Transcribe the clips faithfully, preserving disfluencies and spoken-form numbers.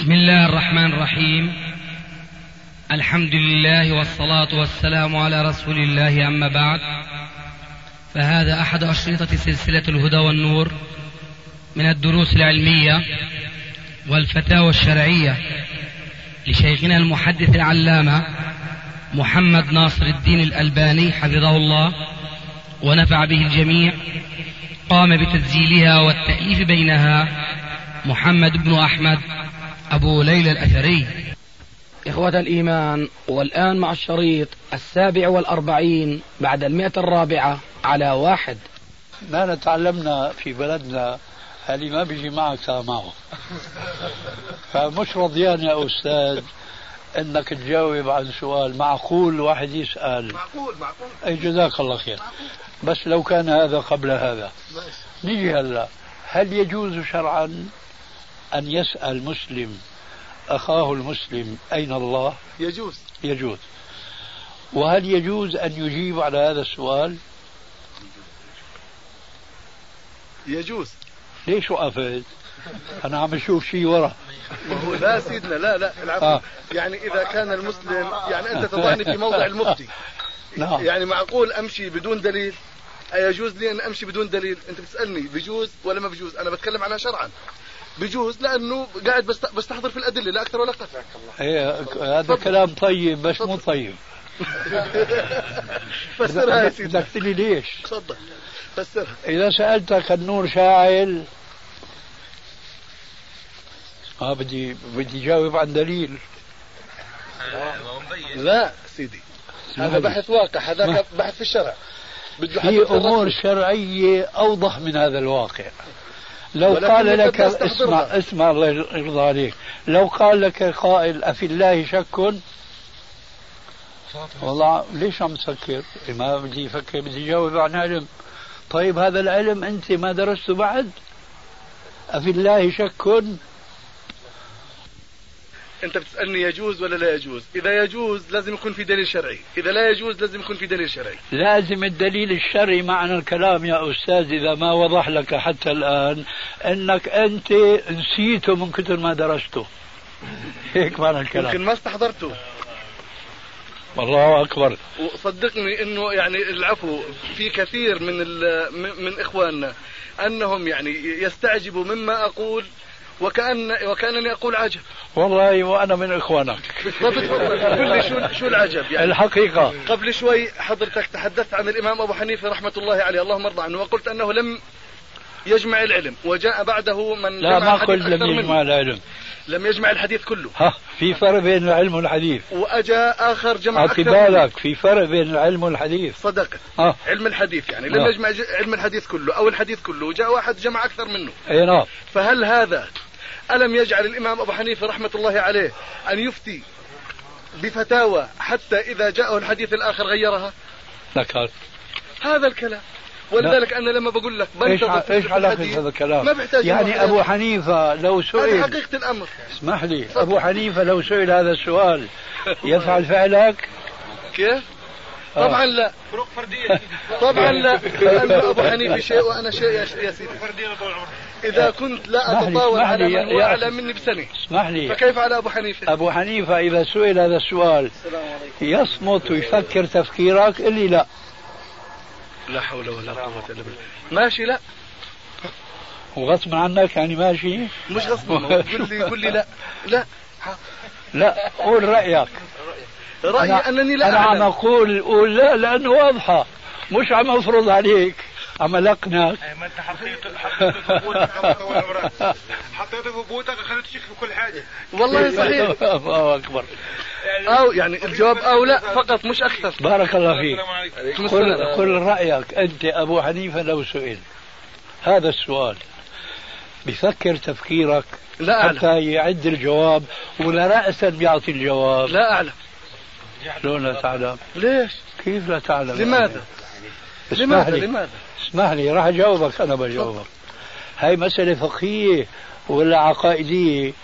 بسم الله الرحمن الرحيم. الحمد لله والصلاة والسلام على رسول الله، أما بعد، فهذا أحد أشرطة سلسلة الهدى والنور من الدروس العلمية والفتاوى الشرعية لشيخنا المحدث العلامة محمد ناصر الدين الألباني حفظه الله ونفع به الجميع. قام بتسجيلها والتأليف بينها محمد بن أحمد أبو ليلى الأثري. إخوة الإيمان، والآن مع الشريط السابع والأربعين بعد المئة الرابعة على واحد. ما نتعلمنا في بلدنا اللي ما بيجي معك معه، فمش رضيان يا أستاذ انك تجاوب عن سؤال معقول. واحد يسأل معقول معقول اي جزاك الله خير، بس لو كان هذا قبل هذا. نيجي هلا، هل يجوز شرعا ان يسأل مسلم اخاه المسلم اين الله؟ يجوز يجوز. وهل يجوز ان يجيب على هذا السؤال؟ يجوز. ليش وقفت؟ انا عم اشوف شيء ورا. لا سيدنا، لا لا العفو. آه. يعني اذا كان المسلم، يعني انت تضعني في موضع المفتي. نعم. يعني معقول امشي بدون دليل؟ ايجوز لي ان امشي بدون دليل؟ انت بتسالني بجوز ولا ما بجوز؟ انا بتكلم عنها شرعا. بجوز لانه قاعد بستحضر في الادله لا اكثر ولا اقل. ايه هذا كلام طيب بس مو طيب. فسرها يا سيدي. بدك تقولي ليش؟ تفضل فسرها. اذا سالتك النور شاعل، اه بدي بدي جاوب عن دليل. لا سيدي، هذا بحث واقع، هذا بحث في الشرع. في امور شرعيه اوضح من هذا الواقع. لو قال لك اسمع اسمع الله يرضى عليك، لو قال لك قائل افي الله شك، والله ليش عم تفكر؟ ما بدي افكر، بدي جاوب عن علم. طيب هذا العلم انت ما درسته بعد؟ افي الله شك؟ انت بتسألني يجوز ولا لا يجوز؟ اذا يجوز لازم يكون في دليل شرعي، اذا لا يجوز لازم يكون في دليل شرعي. لازم الدليل الشرعي معنى الكلام يا استاذ، اذا ما وضح لك حتى الان انك انت نسيته من كثر ما درسته. هيك معنى الكلام. يمكن ما استحضرته. والله اكبر. وصدقني انه يعني العفو في كثير من من اخواننا انهم يعني يستعجبوا مما اقول وكأن وكأنني أقول عجب. والله وأنا من إخوانك. قل لي شو شو العجب يعني؟ الحقيقة قبل شوي حضرتك تحدثت عن الإمام أبو حنيفة رحمة الله عليه، اللهم ارضى عنه، وقلت أنه لم يجمع العلم، وجاء بعده من لا ما قلت لم يجمع العلم، لم يجمع الحديث كله. ها في فرق بين العلم والحديث. وأجا آخر جمع أكثر. بالك في فرق بين العلم والحديث. صدقت. ها. علم الحديث يعني لم ها. يجمع علم الحديث كله أو الحديث كله، وجاء واحد جمع أكثر منه. أي نعم. فهل هذا ألم يجعل الإمام أبو حنيفة رحمة الله عليه أن يفتي بفتاوى حتى إذا جاءه الحديث الآخر غيرها؟ لك هذا الكلام. ولذلك أنا لما بقول لك بنتظر إيش علاقة هذا الكلام؟ ما بحتاج يعني أبو حنيفة لو سئل، هذه حقيقة الأمر. اسمح لي، أبو حنيفة لو سئل هذا السؤال يفعل فعلك؟ كيف؟ طبعا لا. فروق فردية. طبعا لا، لأن أبو حنيفة شيء وأنا شيء يا سيدي. إذا كنت لا أتطاول على من هو أعلى مني بسنة، اسمح لي، فكيف على أبو حنيفة؟ أبو حنيفة إذا سئل هذا السؤال يصمت ويفكر تفكيرك اللي لا. لا حول ولا قوة إلا بالله. ماشي لا. وغصب عنك يعني ماشي؟ مش غصب. قل لي قل لي لا لا لا قول رأيك. رأيي أنا أنني لا أنا أعلم. عم أقول قول لا لأنه واضحة، مش عم أفرض عليك، عم ألقنك. ما أنت حطيت حطيت ثبوتك حطيت ثبوتك خليت تشك في كل حاجة. والله صحيح. الله أكبر. أو يعني الجواب أو لا فقط مش أكثر. بارك الله فيك. قل قل رأيك أنت. أبو حنيفة لو سئل هذا السؤال بفكر تفكيرك لا أعلم. حتى يعد الجواب ولا رأسا بيعطي الجواب؟ لا أعلم. شلون لا تعلم؟ ليش؟ كيف لا تعلم؟ لماذا؟ لماذا؟ لماذا؟ اسمح لي راح أجاوبك. أنا بجاوبك. هاي مسألة فقهية ولا عقائدية؟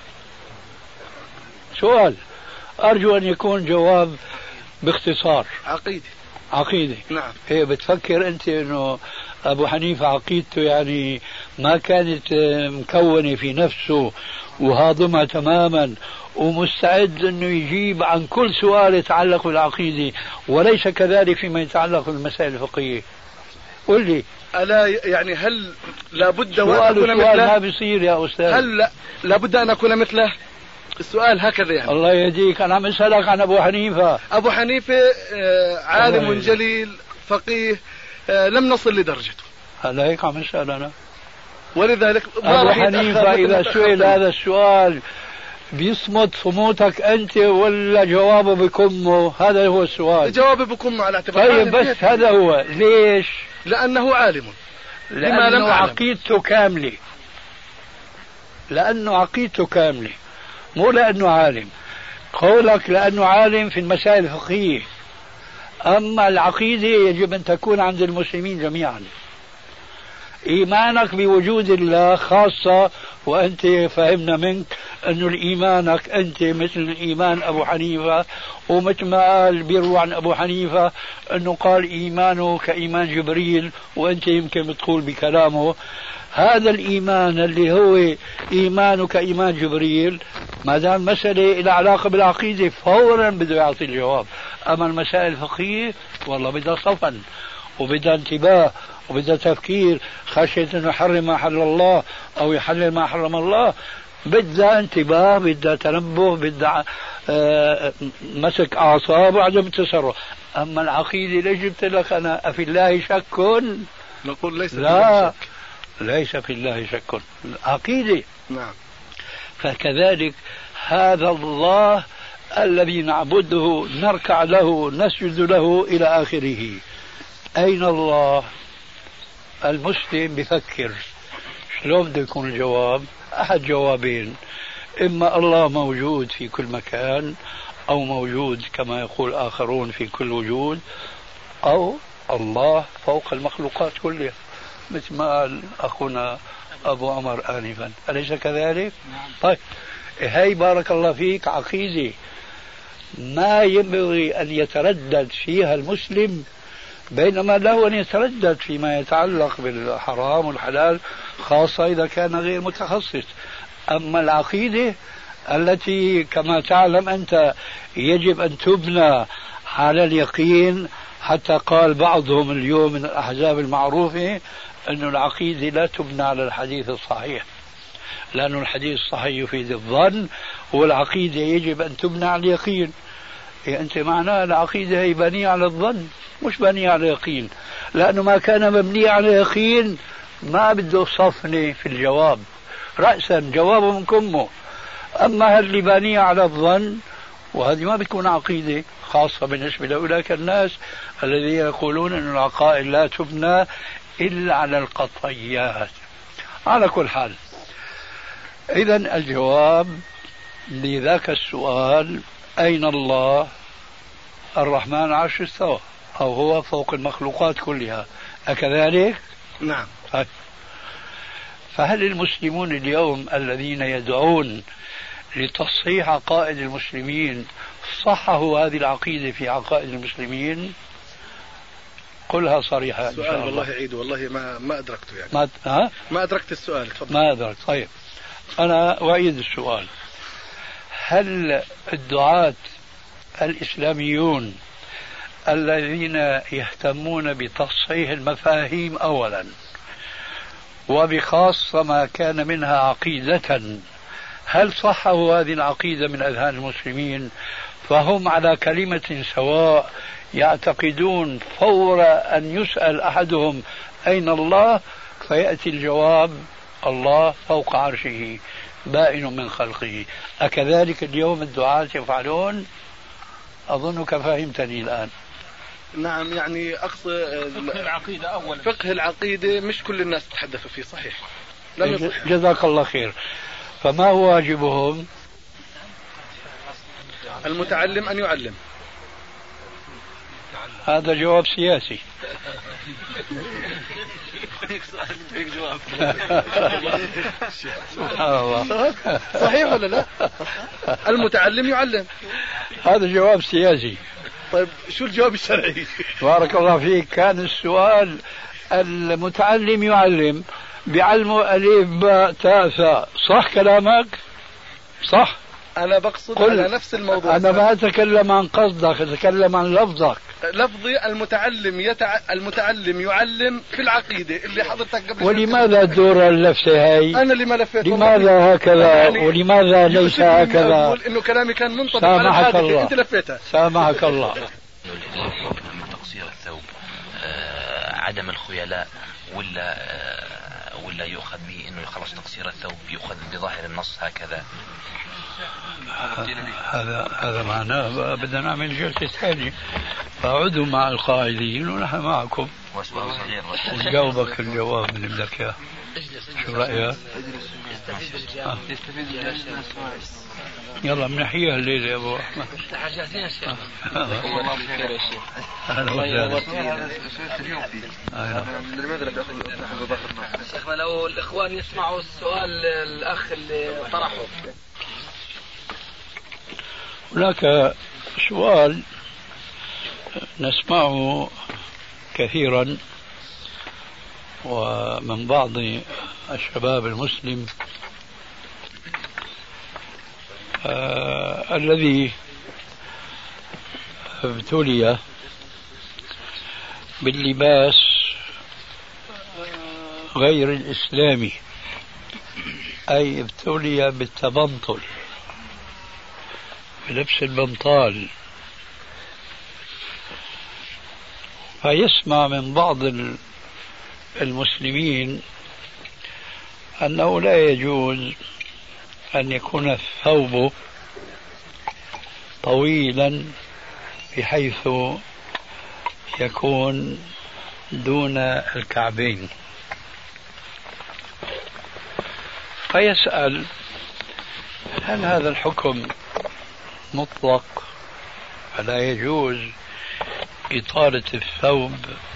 سؤال أرجو أن يكون جواب باختصار. عقيدة. عقيدة. نعم. هي بتفكر أنت أنه أبو حنيفة عقيدته يعني ما كانت مكونة في نفسه وهاضمة تماما ومستعد أنه يجيب عن كل سؤال يتعلق بالعقيدة، وليس كذلك فيما يتعلق بالمسائل الفقهية؟ قل لي. ألا يعني هل لابد وأن أكون مثله؟ ما بيصير يا أستاذ. هل لا لابد أن أكون مثله؟ السؤال هكذا يعني. الله يهديك، أنا عم أسألك عن أبو حنيفة. أبو حنيفة عالم جليل فقيه، لم نصل لدرجته. هلا هيك عم أسأل أنا. ولذلك أبو حنيفة إذا سئل هذا السؤال بيصمت صموتك أنت ولا جوابه بكمه؟ هذا هو السؤال. جوابه بكمه على اعتبار. طيب بس هذا هو. ليش؟ لأنه عالم. لأنه لم عقيدته كاملة. لأنه عقيدته كاملة، مو لأنه عالم. قولك لأنه عالم في المسائل الفقهية، أما العقيدة يجب أن تكون عند المسلمين جميعا. إيمانك بوجود الله خاصة، وأنت فهمنا منك أنه الإيمانك أنت مثل إيمان أبو حنيفة، ومثل ما قال بيروى عن أبو حنيفة أنه قال إيمانه كإيمان جبريل، وأنت يمكن بتقول بكلامه هذا الإيمان اللي هو إيمانه كإيمان جبريل. ما دام مسألة إلى علاقة بالعقيدة فورا بده يعطي الجواب. أما المسائل الفقهية والله بدها صفن وبدها انتباه وبدها تفكير، خشية أنه يحرم ما حل الله أو يحلل ما حرم الله، بدها انتباه، بدها تنبه، بدها آه مسك أعصاب وعدم التصرف. أما العقيدة ليش جبت لك أنا أفي الله شك؟ نقول ليس لا شك. ليس في الله شك، عقيدة. نعم. فكذلك هذا الله الذي نعبده نركع له نسجد له إلى آخره. أين الله؟ المسلم بفكر شلون بده يكون الجواب؟ أحد جوابين: إما الله موجود في كل مكان، أو موجود كما يقول آخرون في كل وجود، أو الله فوق المخلوقات كلها مثل ما قال أخونا أبو عمر آنفا. أليس كذلك؟ طيب هاي بارك الله فيك عقيدة ما ينبغي أن يتردد فيها المسلم، بينما له أن يتردد فيما يتعلق بالحرام والحلال، خاصة إذا كان غير متخصص. أما العقيدة التي كما تعلم أنت يجب أن تبنى على اليقين، حتى قال بعضهم اليوم من الأحزاب المعروفة أن العقيدة لا تبنى على الحديث الصحيح، لأن الحديث الصحيح يفيد الظن، والعقيدة يجب أن تبنى على اليقين. إيه أنت معناها العقيدة هي بنية على الظن مش بنية على اليقين، لأنه ما كان مبني على اليقين ما بده صفنة في الجواب، رأسا جوابه من كمه. أما اللي بنية على الظن وهذه ما بتكون عقيدة، خاصة بالنسبة لأولئك الناس الذين يقولون أن العقائد لا تبنى إلا على القطعيات. على كل حال، إذن الجواب لذاك السؤال: أين الله؟ الرحمن عرش استوى، أو هو فوق المخلوقات كلها، أكذلك؟ نعم. فهل المسلمون اليوم الذين يدعون لتصحيح عقائد المسلمين صححوا هذه العقيدة في عقائد المسلمين؟ قلها صريحة. السؤال والله عيد والله ما ما أدركته يعني. ما ها؟ ما أدركت السؤال. تفضل. ما أدركت. طيب أنا أعيد السؤال: هل الدعاة الإسلاميون الذين يهتمون بتصحيح المفاهيم أولا، وبخاصة ما كان منها عقيدة، هل صحوا هذه العقيدة من أذهان المسلمين فهم على كلمة سواء، يعتقدون فور أن يسأل أحدهم أين الله فيأتي الجواب: الله فوق عرشه بائن من خلقه؟ أكذلك اليوم الدعاة يفعلون؟ أظنك فهمتني الآن. نعم، يعني أقصد فقه العقيدة أولا. فقه العقيدة مش كل الناس تتحدث فيه. صحيح، لم يصح. جزاك الله خير. فما هو واجبهم؟ المتعلم أن يعلم. هذا جواب سياسي. سبحان الله. صحيح ولا لا؟ المتعلم يعلم. هذا جواب سياسي. طيب شو الجواب الشرعي؟ بارك الله فيك. كان السؤال المتعلم يعلم، بيعلموا ألف باء تاء ثاء، صح كلامك؟ صح؟ أنا بقصد على نفس الموضوع. أنا ما أتكلم عن قصدك، أتكلم عن لفظك. لفظي المتعلم يتع... المتعلم يعلم في العقيدة اللي حضرتك قبل. ولماذا دور اللفة هاي؟ أنا اللي ما لفيت. لماذا هكذا يعني ولماذا ليس هكذا؟ أقول إنه كلامي كان منطبق على الحادثة، أنت لفيتها. سامحك الله. تقصير الثوب آه عدم الخيلاء ولا آه ولا يؤخذ به انه خلص تقصير الثوب يؤخذ بظاهر النص هكذا؟ هذا هذا معناه بدنا نعمل جلسة ثانية، فاقعدوا مع القائدين ونحن معكم ونجاوبك الجواب اللي بدك اياه. شو رأيك؟ آه. يلا بنحييها الليلة يا ابو احمد. احنا جاهزين يا شيخ. الله خير يا شيخ. اهلا وسهلا. شيخنا لو الاخوان يسمعوا السؤال الاخ اللي طرحه. هناك سؤال نسمعه كثيرا ومن بعض الشباب المسلم آه الذي ابتلي باللباس غير الإسلامي، أي ابتلي بالتبنطل بلبس البنطال، فيسمع من بعض المسلمين أنه لا يجوز أن يكون الثوب طويلا بحيث يكون دون الكعبين، فيسأل هل هذا الحكم مطلق فلا يجوز إطالة الثوب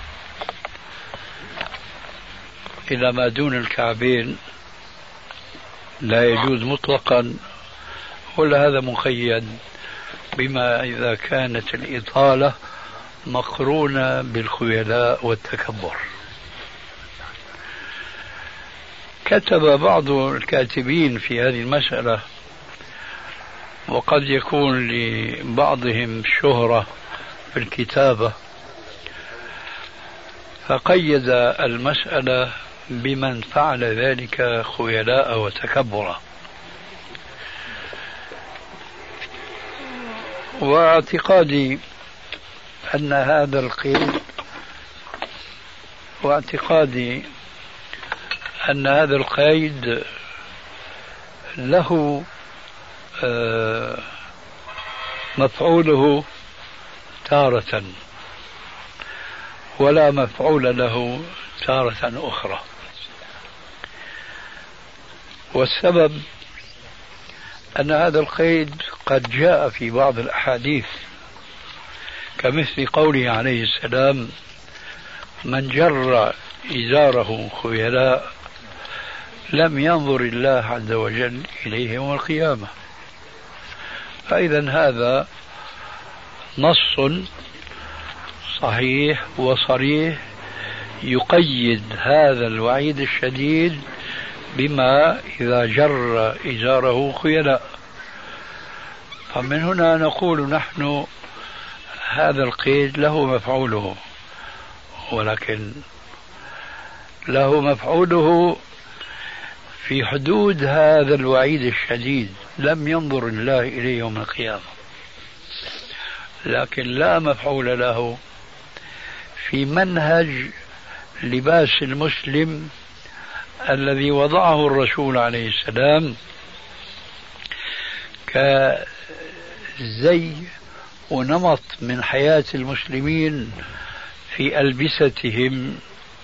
إلى ما دون الكعبين، لا يجوز مطلقا، ولا هذا مقيد بما إذا كانت الإطالة مقرونة بالخيلاء والتكبر؟ كتب بعض الكاتبين في هذه المسألة، وقد يكون لبعضهم شهرة في الكتابة، فقيد المسألة بمن فعل ذلك خيلاء وتكبرا. واعتقادي أن هذا القيد واعتقادي أن هذا القيد له مفعوله تارة ولا مفعول له تارة أخرى، والسبب أن هذا القيد قد جاء في بعض الأحاديث، كمثل قوله عليه السلام: من جر إزاره خيلاء لم ينظر الله عز وجل إليه يوم القيامة. فإذا هذا نص صحيح وصريح يقيد هذا الوعيد الشديد بما إذا جر إزاره خيلاء. فمن هنا نقول نحن هذا القيد له مفعوله، ولكن له مفعوله في حدود هذا الوعيد الشديد، لم ينظر الله إليه يوم القيامة، لكن لا مفعول له في منهج لباس المسلم الذي وضعه الرسول عليه السلام كزي ونمط من حياة المسلمين في ألبستهم،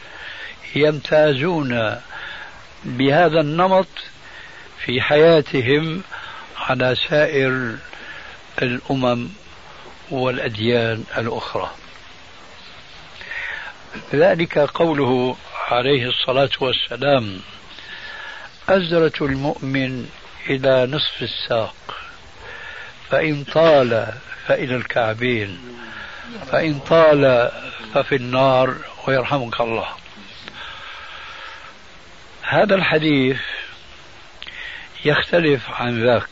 يمتازون بهذا النمط في حياتهم على سائر الأمم والأديان الأخرى. ذلك قوله عليه الصلاة والسلام: أزرة المؤمن إلى نصف الساق، فإن طال فإلى الكعبين، فإن طال ففي النار ويرحمك الله. هذا الحديث يختلف عن ذاك.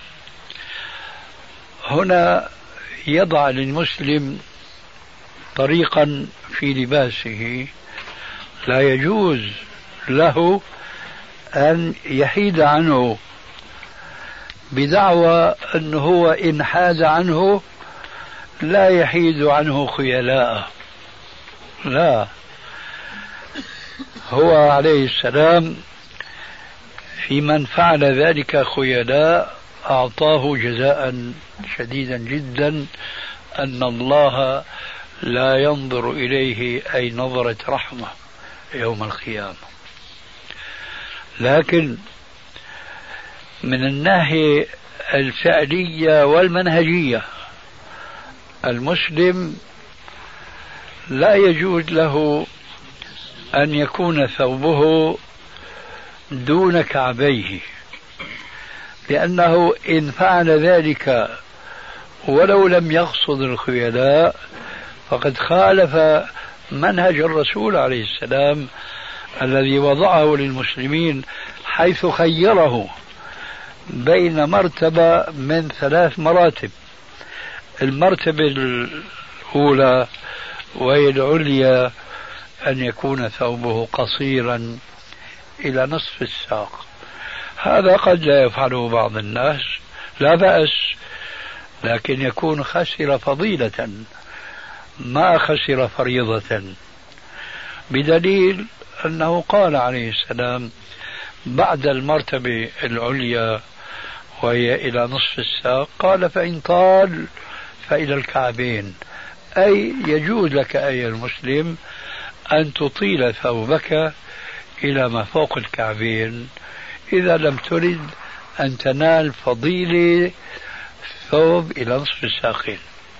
هنا يضع للمسلم طريقا في لباسه لا يجوز له أن يحيد عنه بدعوى أنه هو إن حاد عنه لا يحيد عنه خيلاء. لا، هو عليه السلام في من فعل ذلك خيلاء أعطاه جزاء شديدا جدا، أن الله لا ينظر إليه أي نظرة رحمة يوم القيامة. لكن من الناحية الفعلية والمنهجية المسلم لا يجوز له أن يكون ثوبه دون كعبيه، لأنه إن فعل ذلك ولو لم يقصد الخيلاء فقد خالف منهج الرسول عليه السلام الذي وضعه للمسلمين، حيث خيره بين مرتبة من ثلاث مراتب. المرتبة الأولى وهي العليا أن يكون ثوبه قصيرا إلى نصف الساق، هذا قد لا يفعله بعض الناس، لا بأس، لكن يكون خسر فضيلة ما خسر فريضة، بدليل أنه قال عليه السلام بعد المرتبة العليا وهي إلى نصف الساق قال فإن طال فإلى الكعبين، أي يجوز لك أيها المسلم أن تطيل ثوبك إلى ما فوق الكعبين إذا لم ترد أن تنال فضيلة ثوب إلى نصف الساقين.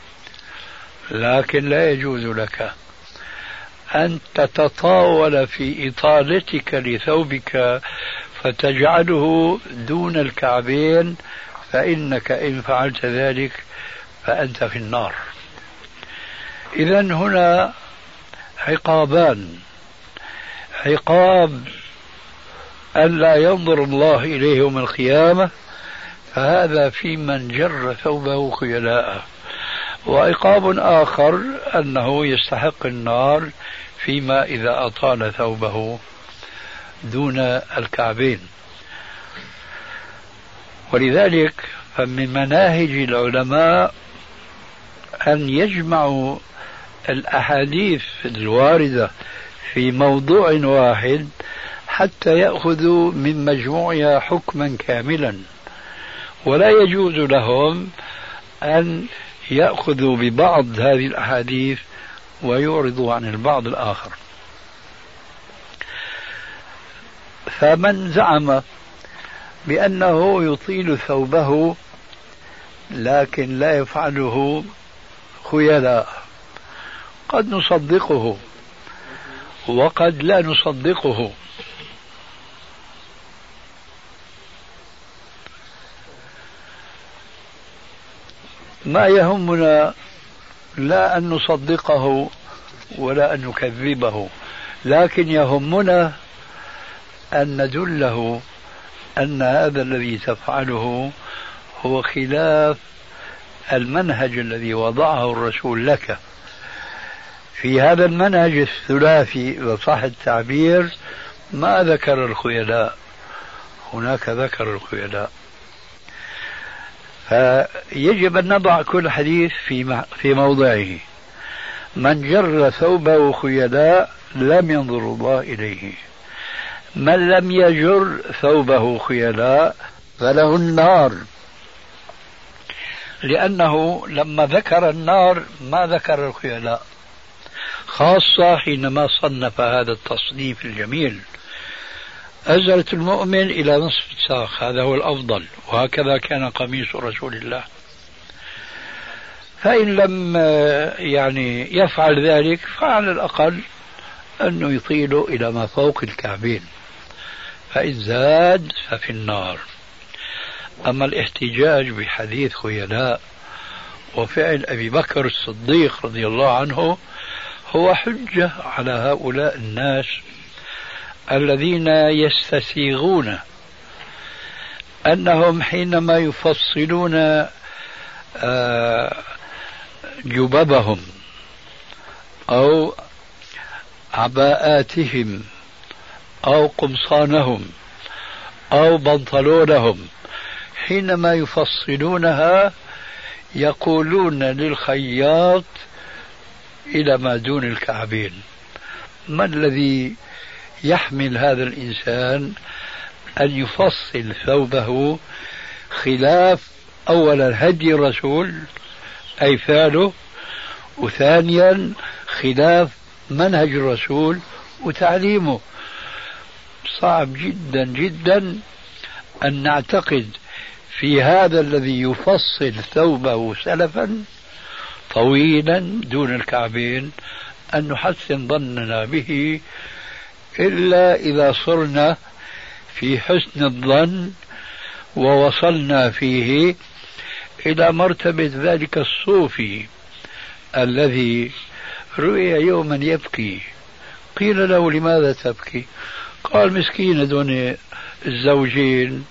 لكن لا يجوز لك أن تتطاول في إطالتك لثوبك فتجعله دون الكعبين، فإنك إن فعلت ذلك فأنت في النار. إذن هنا عقابان: عقاب أن لا ينظر الله إليه يوم القيامة، فهذا في من جر ثوبه خيلاء، وعقاب آخر أنه يستحق النار فيما إذا أطال ثوبه دون الكعبين. ولذلك فمن مناهج العلماء أن يجمعوا الأحاديث الواردة في موضوع واحد حتى يأخذوا من مجموعها حكما كاملا، ولا يجوز لهم أن يأخذوا ببعض هذه الأحاديث ويعرضوا عن البعض الآخر. فمن زعم بأنه يطيل ثوبه لكن لا يفعله خيلاء قد نصدقه وقد لا نصدقه. ما يهمنا لا أن نصدقه ولا أن نكذبه، لكن يهمنا أن ندله أن هذا الذي تفعله هو خلاف المنهج الذي وضعه الرسول لك. في هذا المنهج الثلاثي وصح التعبير ما ذكر الخيلاء، هناك ذكر الخيلاء. فيجب أن نضع كل حديث في في موضعه. من جر ثوبه خيلاء لم ينظر الله إليه، من لم يجر ثوبه خيلاء فله النار، لأنه لما ذكر النار ما ذكر الخيلاء، خاصة حينما صنف هذا التصنيف الجميل: أزلت المؤمن إلى نصف الساق، هذا هو الأفضل، وهكذا كان قميص رسول الله. فإن لم يعني يفعل ذلك فعلى الأقل أنه يطيل إلى ما فوق الكعبين، فإن زاد ففي النار. أما الاحتجاج بحديث خيلاء وفعل أبي بكر الصديق رضي الله عنه هو حجة على هؤلاء الناس الذين يستسيغون أنهم حينما يفصلون جببهم أو عباءاتهم أو قمصانهم أو بنطلونهم، حينما يفصلونها يقولون للخياط إلى ما دون الكعبين. ما الذي يحمل هذا الإنسان أن يفصل ثوبه خلاف أولا هدي الرسول أي فعله، وثانيا خلاف منهج الرسول وتعليمه؟ صعب جدا جدا أن نعتقد في هذا الذي يفصل ثوبه سلفا طويلا دون الكعبين أن نحسن ظننا به، إلا إذا صرنا في حسن الظن ووصلنا فيه إلى مرتبة ذلك الصوفي الذي رؤي يوما يبكي، قيل له لماذا تبكي؟ قال مسكين دون الزوجين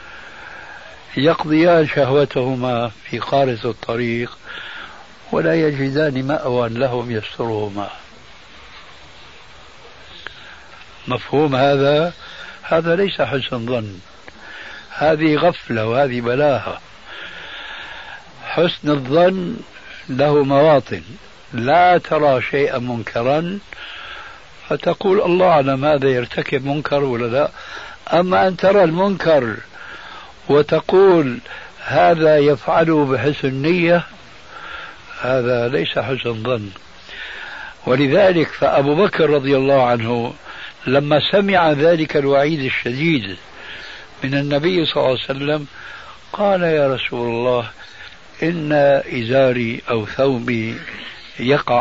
يقضيان شهوتهما في قارة الطريق ولا يجدان مأوى لهم يسترهما. مفهوم هذا؟ هذا ليس حسن ظن، هذه غفلة وهذه بلاهة. حسن الظن له مواطن، لا ترى شيئا منكرا فتقول الله أعلم هذا يرتكب منكر ولا لا، أما أن ترى المنكر وتقول هذا يفعله بحسن نية هذا ليس حسن ظن. ولذلك فأبو بكر رضي الله عنه لما سمع ذلك الوعيد الشديد من النبي صلى الله عليه وسلم قال يا رسول الله إن إزاري أو ثوبي يقع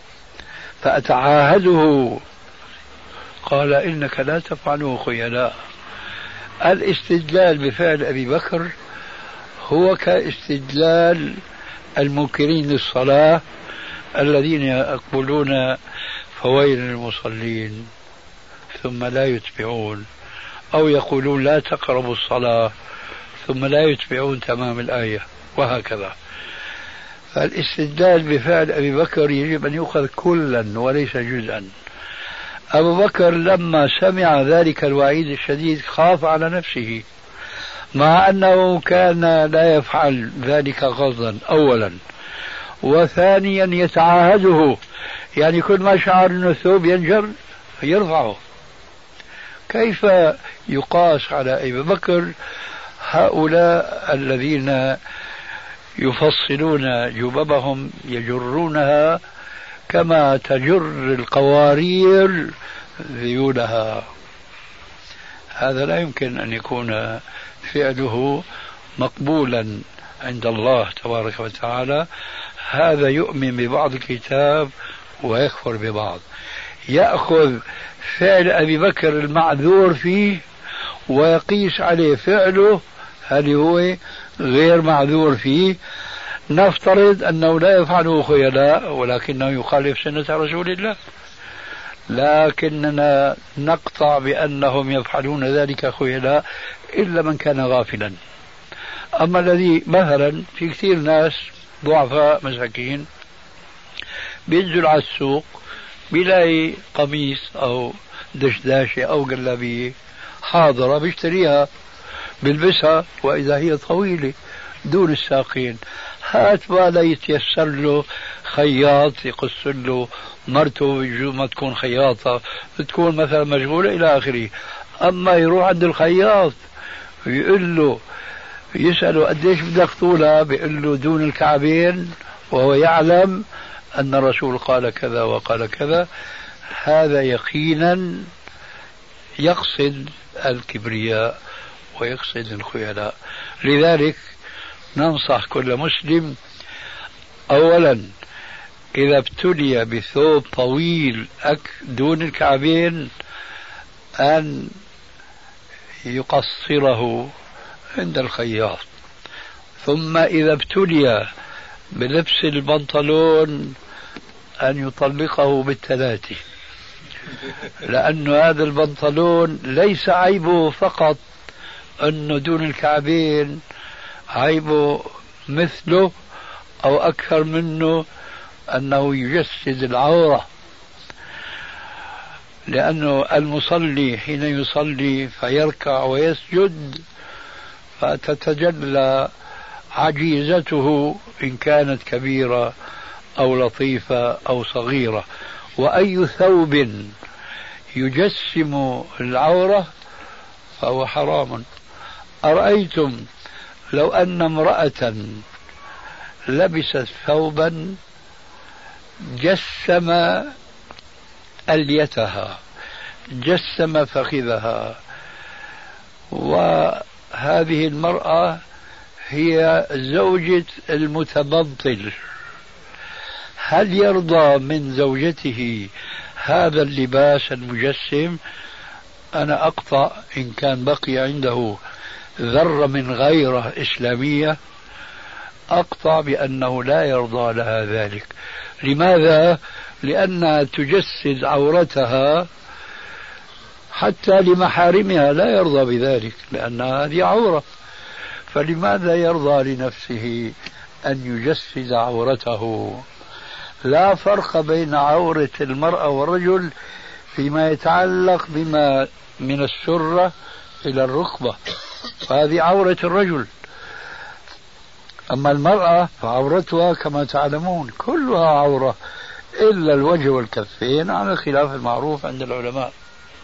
فأتعاهده. قال إنك لا تفعله خيلاء. الاستدلال بفعل أبي بكر هو كاستدلال المنكرين للصلاة الذين يقولون فويل للمصلين ثم لا يتبعون، أو يقولون لا تقربوا الصلاة ثم لا يتبعون تمام الآية، وهكذا. فالاستدلال بفعل أبي بكر يجب أن يؤخذ كلا وليس جزءا. أبو بكر لما سمع ذلك الوعيد الشديد خاف على نفسه، مع أنه كان لا يفعل ذلك غضا أولا، وثانيا يتعاهده، يعني كل ما شعر أن الثوب ينجر يرفعه. كيف يقاس على أبي بكر هؤلاء الذين يفصلون جببهم يجرونها كما تجر القوارير ذيولها؟ هذا لا يمكن أن يكون فعله مقبولا عند الله تبارك وتعالى. هذا يؤمن ببعض الكتاب ويكفر ببعض، يأخذ فعل أبي بكر المعذور فيه ويقيس عليه فعله هل هو غير معذور فيه. نفترض أنه لا يفعله خيلاء ولكنه يخالف سنة رسول الله، لكننا نقطع بأنهم يفعلون ذلك خيلاء إلا من كان غافلا. أما الذي مثلا في كثير ناس ضعفاء مساكين بينزل على السوق بيلاقي قميص أو دشداشة أو جلابية حاضرة بيشتريها بيلبسها، وإذا هي طويلة دون الساقين، هات بقى يتيسر له خياط يقص له مرته ما تكون خياطة، تكون مثلا مشغولة إلى آخره. أما يروح عند الخياط ويقول له يسأله قديش بدك طولها، بيقول له دون الكعبين، وهو يعلم أن الرسول قال كذا وقال كذا، هذا يقينا يقصد الكبرياء ويقصد الخيلاء. لذلك ننصح كل مسلم أولا إذا ابتلي بثوب طويل دون الكعبين أن يقصره عند الخياط، ثم إذا ابتلي بلبس البنطلون أن يطلقه بالثلاثة، لأن هذا البنطلون ليس عيبه فقط أنه دون الكعبين، عيبه مثله أو أكثر منه أنه يجسد العورة، لأنه المصلي حين يصلي فيركع ويسجد فتتجلى عجيزته إن كانت كبيرة أو لطيفة أو صغيرة. وأي ثوب يجسم العورة فهو حرام. أرأيتم لو أن امرأة لبست ثوبا جسم أليتها، جسم فخذها، وهذه المرأة هي زوجة المتبطل، هل يرضى من زوجته هذا اللباس المجسم؟ أنا أقطع إن كان بقي عنده ذرة من غيرة إسلامية، أقطع بأنه لا يرضى لها ذلك. لماذا؟ لأنها تجسد عورتها حتى لمحارمها، لا يرضى بذلك لأن هذه عورة. فلماذا يرضى لنفسه أن يجسد عورته؟ لا فرق بين عورة المرأة والرجل فيما يتعلق بما من السرة إلى الركبة، فهذه عورة الرجل. أما المرأة فعورتها كما تعلمون كلها عورة إلا الوجه والكفين على خلاف المعروف عند العلماء.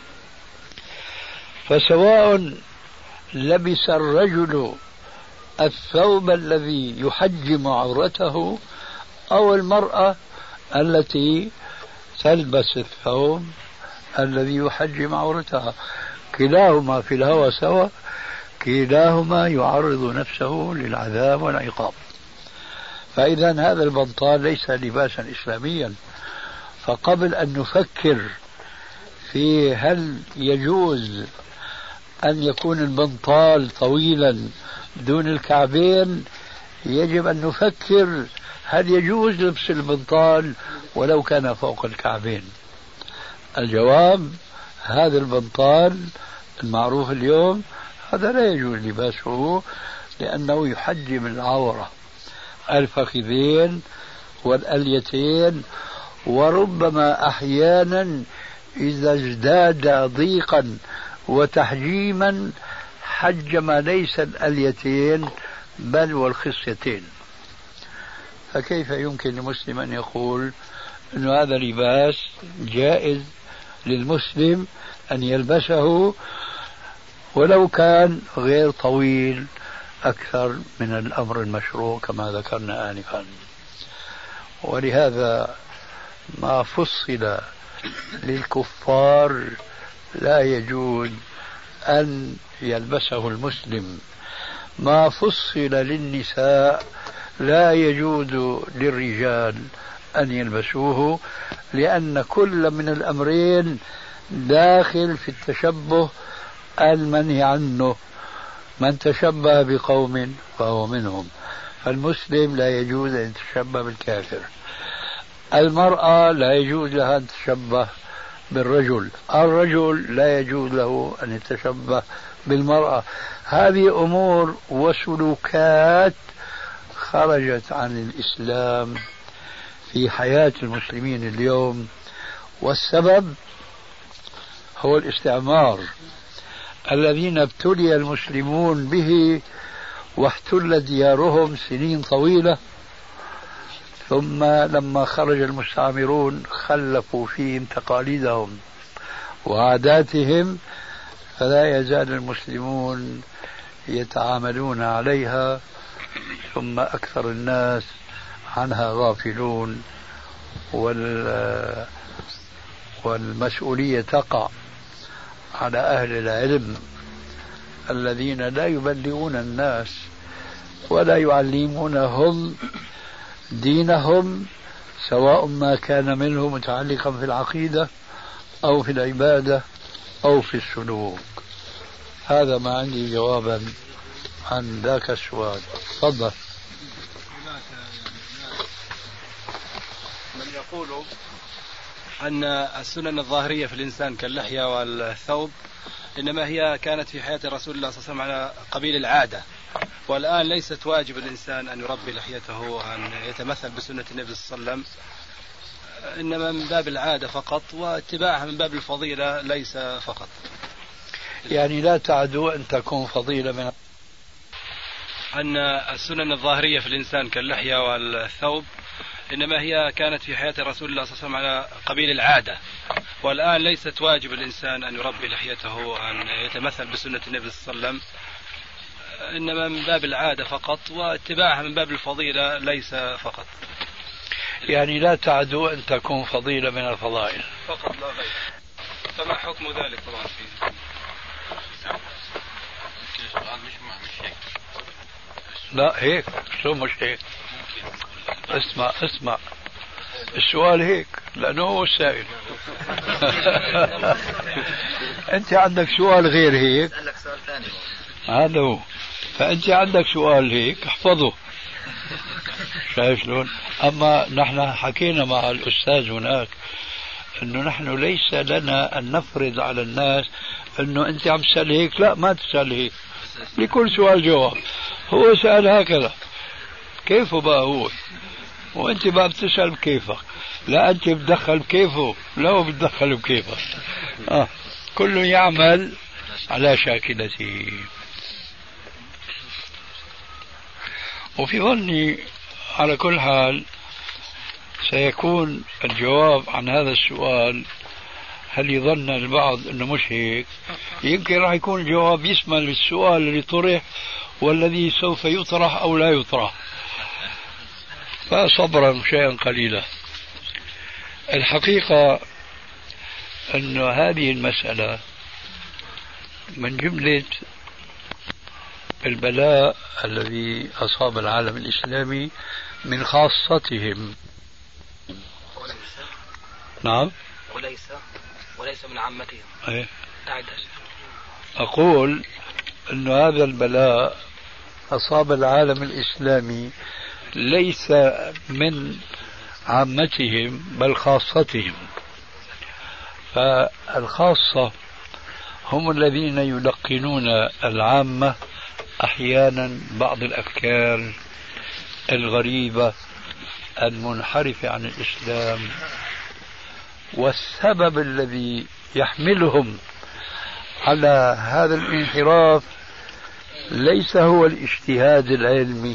فسواء لبس الرجل الثوب الذي يحجم عورته أو المرأة التي تلبس الثوب الذي يحجم عورتها، كلاهما في الهوى سوا، كلاهما يعرض نفسه للعذاب والعقاب. فإذا هذا البنطال ليس لباسا إسلاميا. فقبل أن نفكر في هل يجوز أن يكون البنطال طويلا دون الكعبين، يجب أن نفكر هل يجوز لبس البنطال ولو كان فوق الكعبين. الجواب هذا البنطال المعروف اليوم هذا لا يجوز لباسه لأنه يحجم العورة، الفخذين والأليتين، وربما أحيانا إذا ازداد ضيقا وتحجيما حجم ليس الأليتين بل والخصيتين. فكيف يمكن لمسلم أن يقول أن هذا لباس جائز للمسلم أن يلبسه ولو كان غير طويل أكثر من الأمر المشروع كما ذكرنا آنفا؟ ولهذا ما فصل للكفار لا يجوز أن يلبسه المسلم، ما فصل للنساء لا يجوز للرجال أن يلبسوه، لأن كل من الأمرين داخل في التشبه المنهي عنه. من تشبه بقوم فهو منهم. فالمسلم لا يجوز أن يتشبه بالكافر، المرأة لا يجوز لها أن تتشبه بالرجل، الرجل لا يجوز له أن يتشبه بالمرأة. هذه أمور وسلوكات خرجت عن الإسلام في حياة المسلمين اليوم، والسبب هو الاستعمار الذين ابتلي المسلمون به واحتل ديارهم سنين طويلة، ثم لما خرج المستعمرون خلفوا فيهم تقاليدهم وعاداتهم، فلا يزال المسلمون يتعاملون عليها، ثم أكثر الناس عنها غافلون، والمسؤولية تقع على أهل العلم الذين لا يبلغون الناس ولا يعلمونهم دينهم، سواء ما كان منه متعلقا في العقيدة أو في العبادة أو في السلوك. هذا ما عندي جوابا عن ذاك السؤال. تفضل. من يقول أن السنن الظاهرية في الإنسان كاللحية والثوب إنما هي كانت في حياة رسول الله صلى الله عليه وسلم على قبيل العادة، والآن ليست واجب الإنسان أن يربي لحيته وأن يتمثل بسنة النبي صلى الله عليه وسلم، إنما من باب العادة فقط، واتباعها من باب الفضيلة ليس فقط. يعني لا تعدو أن تكون فضيلة من أن السنن الظاهرية في الإنسان كاللحية والثوب إنما هي كانت في حياة رسول الله صلى الله عليه وسلم على قبيل العادة، والآن ليست واجب الإنسان أن يربي لحيته وأن يتمثل بسنة النبي صلى الله عليه وسلم، إنما من باب العادة فقط، واتباعها من باب الفضيلة ليس فقط. يعني لا تعدو أن تكون فضيلة من الفضائل فقط لا غير. فما حكم ذلك طبعا فيه؟ لا هيك شو مش هيك؟ اسمع اسمع السؤال هيك لأنه هو السائل. أنت عندك سؤال غير هيك؟ أسألك سؤال ثاني. هذا هو. فأنت عندك سؤال هيك احفظه. شايف شلون؟ أما نحن حكينا مع الأستاذ هناك أنه نحن ليس لنا أن نفرض على الناس أنه أنت عم تسأل هيك، لا ما تسأل هيك، لكل سؤال جواب. هو سأل هكذا، كيفه بقى هو؟ وأنت بقى بتسأل بكيفك، لا أنت بتدخل بكيفه، لا هو بتدخل بكيفك. آه. كل يعمل على شاكلته. وفي ظني على كل حال سيكون الجواب عن هذا السؤال، هل يظن البعض أنه مش هيك؟ يمكن راح يكون الجواب يشمل السؤال اللي طرح والذي سوف يطرح أو لا يطرح، فصبرا شيئا قليلا. الحقيقة أن هذه المسألة من جملة البلاء الذي أصاب العالم الإسلامي من خاصتهم. نعم وليس وليس من عامتهم. أيه؟ أعد. أقول أن هذا البلاء أصاب العالم الإسلامي ليس من عامتهم بل خاصتهم. فالخاصة هم الذين يلقنون العامة أحيانا بعض الأفكار الغريبة المنحرفة عن الإسلام، والسبب الذي يحملهم على هذا الانحراف ليس هو الاجتهاد العلمي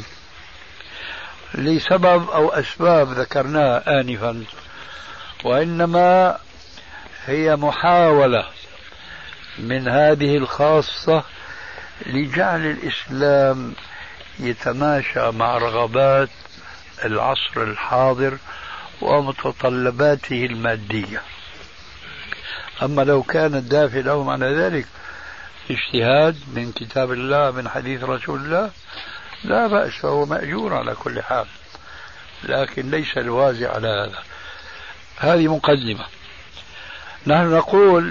لسبب أو أسباب ذكرناها آنفا، وإنما هي محاولة من هذه الخاصة لجعل الإسلام يتماشى مع رغبات العصر الحاضر ومتطلباته المادية. أما لو كان الدافع لهم على ذلك اجتهاد من كتاب الله من حديث رسول الله لا بأس، فهو مأجور على كل حال، لكن ليس الوازع على هذا. هذه مقدمة. نحن نقول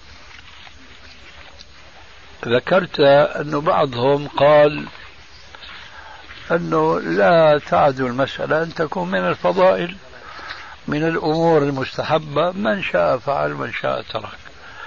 ذكرت أن بعضهم قال أنه لا تعدو المسألة أن تكون من الفضائل، من الأمور المستحبة، من شاء فعل من شاء ترك.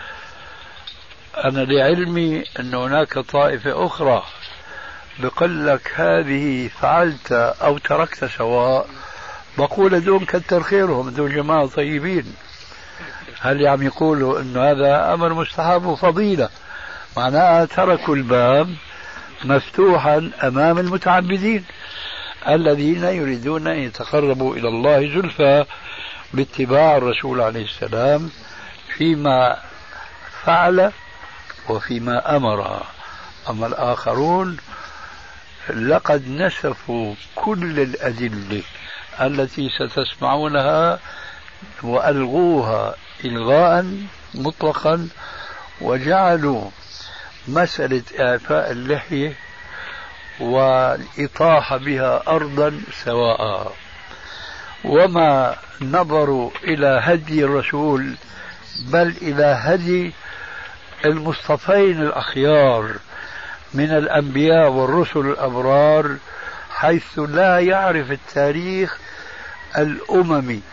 أنا لعلمي أن هناك طائفة أخرى بقول لك هذه فعلت أو تركت سواء، بقول دون كتر خيرهم، دون جماعة طيبين. هل عم يقولوا أن هذا أمر مستحب وفضيلة؟ معناها تركوا الباب مفتوحا أمام المتعبدين الذين يريدون أن يتقربوا إلى الله زلفى باتباع الرسول عليه السلام فيما فعل وفيما أمر. أما الآخرون لقد نسفوا كل الأدلة التي ستسمعونها وألغوها إلغاء مطلقا، وجعلوا مسألة إعفاء اللحية والإطاحة بها أرضا سواء، وما نظروا إلى هدي الرسول بل إلى هدي المصطفين الأخيار من الأنبياء والرسل الأبرار، حيث لا يعرف التاريخ الأممي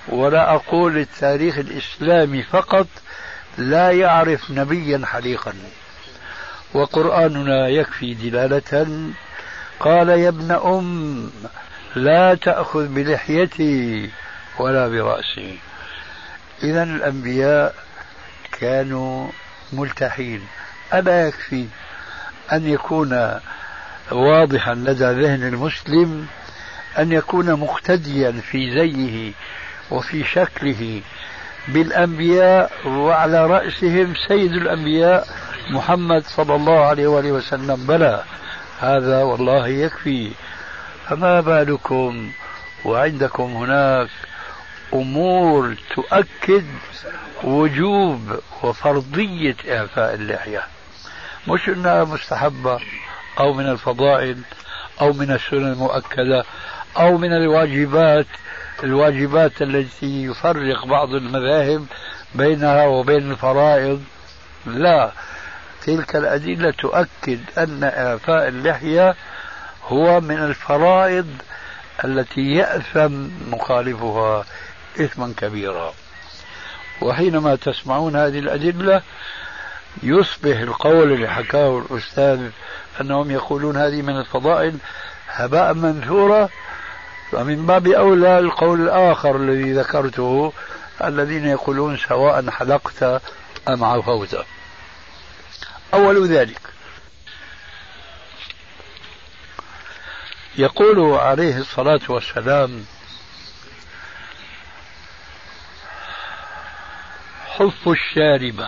ولا أقول التاريخ الإسلامي فقط، لا يعرف نبيا حليقا. وقرآننا يكفي دلالة. قال يا ابن أم لا تأخذ بلحيتي ولا برأسي. إذا الأنبياء كانوا ملتحين. ألا يكفي أن يكون واضحا لدى ذهن المسلم أن يكون مقتديا في زيه وفي شكله بالأنبياء، وعلى رأسهم سيد الأنبياء محمد صلى الله عليه وآله وسلم؟ بلى، هذا والله يكفي. فما بالكم وعندكم هناك أمور تؤكد وجوب وفرضية إعفاء اللحية، مش أنها مستحبة أو من الفضائل أو من السنن المؤكدة أو من الواجبات الواجبات التي يفرق بعض المذاهب بينها وبين الفرائض. لا، تلك الأدلة تؤكد أن إعفاء اللحية هو من الفرائض التي يأثم مخالفها إثما كبيرا. وحينما تسمعون هذه الأدلة يصبح القول اللي حكاه الأستاذ أنهم يقولون هذه من الفضائل هباء منثورا، ومن باب أولى القول الآخر الذي ذكرته، الذين يقولون سواء حلقت أم عفوت. أول ذلك يقول عليه الصلاة والسلام: حف الشاربة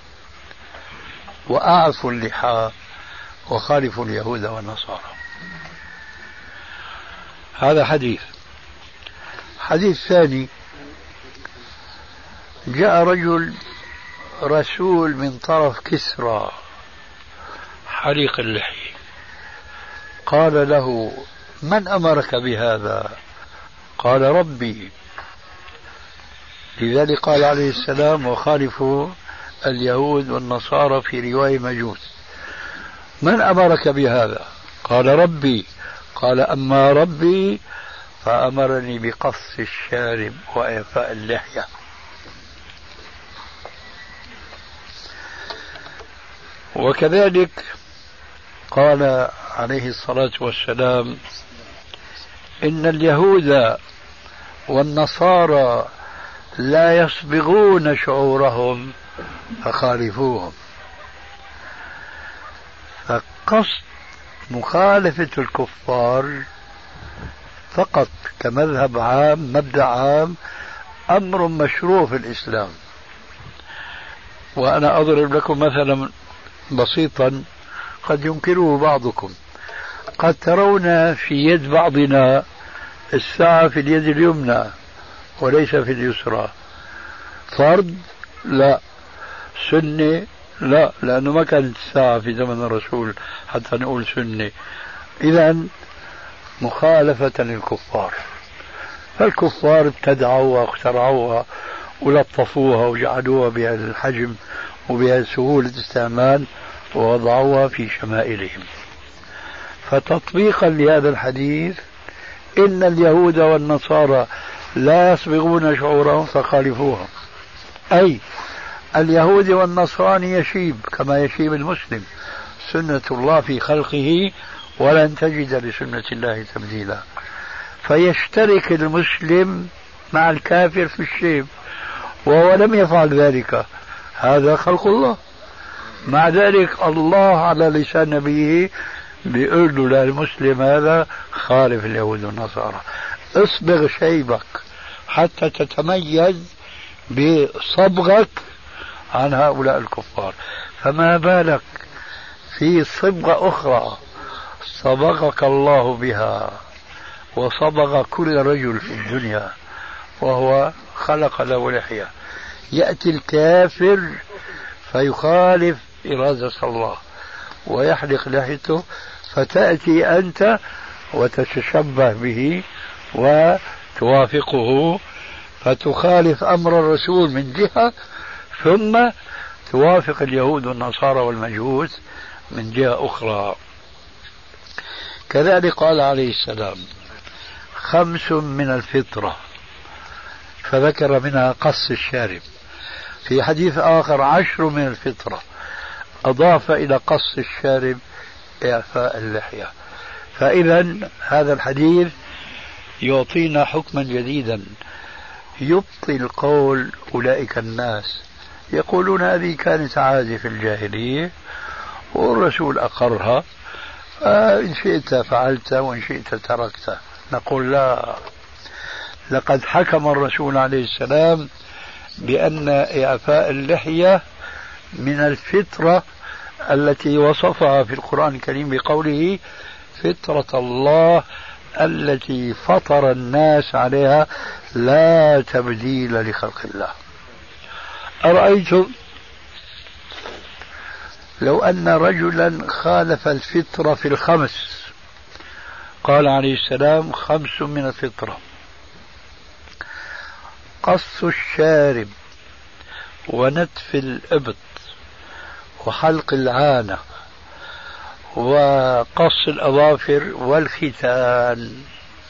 وأعفوا اللحى وخالفوا اليهود والنصارى. هذا حديث. حديث ثاني: جاء رجل رسول من طرف كسرى حليق اللحية، قال له: من أمرك بهذا؟ قال: ربي. لذلك قال عليه السلام: وخالفوا اليهود والنصارى، في رواية مجوس. من أمرك بهذا؟ قال: ربي. قال: أما ربي فأمرني بقص الشارب وإعفاء اللحية. وكذلك قال عليه الصلاة والسلام: إن اليهود والنصارى لا يصبغون شعورهم فخالفوهم. فقصد مخالفة الكفار فقط كمذهب عام، مبدأ عام، أمر مشروع في الإسلام. وأنا أضرب لكم مثلا بسيطا قد ينكره بعضكم. قد ترون في يد بعضنا الساعة في اليد اليمنى وليس في اليسرى. فرض؟ لا. سنة؟ لا، لأنه ما كانت الساعة في زمن الرسول حتى نقول سنة. إذن مخالفة للكفار. فالكفار ابتدعوها واخترعوها ولطفوها وجعلوها بهالحجم وبهالسهولة استعمال ووضعوها في شمائلهم. فتطبيقا لهذا الحديث: إن اليهود والنصارى لا يصبغون شعورهم فخالفوهم، أي اليهود والنصراني يشيب كما يشيب المسلم، سنة الله في خلقه ولن تجد لسنة الله تبديلا. فيشترك المسلم مع الكافر في الشيب وهو لم يفعل ذلك، هذا خلق الله. مع ذلك الله على لسان نبيه بيقول له للمسلم هذا: خالف اليهود والنصارى، اصبغ شيبك حتى تتميز بصبغك عن هؤلاء الكفار. فما بالك في صبغة أخرى صبغك الله بها وصبغ كل رجل في الدنيا، وهو خلق له لحية. يأتي الكافر فيخالف إرادة الله ويحلق لحيته، فتأتي أنت وتتشبه به وتوافقه، فتخالف أمر الرسول من جهة، ثم توافق اليهود والنصارى والمجوس من جهة أخرى. كذلك قال عليه السلام: خمس من الفطرة، فذكر منها قص الشارب. في حديث آخر عشر من الفطرة، أضاف إلى قص الشارب إعفاء اللحية. فإذا هذا الحديث يعطينا حكما جديدا يبطل قول أولئك الناس يقولون هذه كانت عادة في الجاهلية والرسول أقرها، إن شئت فعلت وإن شئت تركت. نقول لا، لقد حكم الرسول عليه السلام بأن إعفاء اللحية من الفطرة التي وصفها في القرآن الكريم بقوله فطرة الله التي فطر الناس عليها لا تبديل لخلق الله. أرأيتم لو أن رجلا خالف الفطرة في الخمس، قال عليه السلام خمس من الفطرة: قص الشارب ونتف الإبط وحلق العانة وقص الأظافر والختان.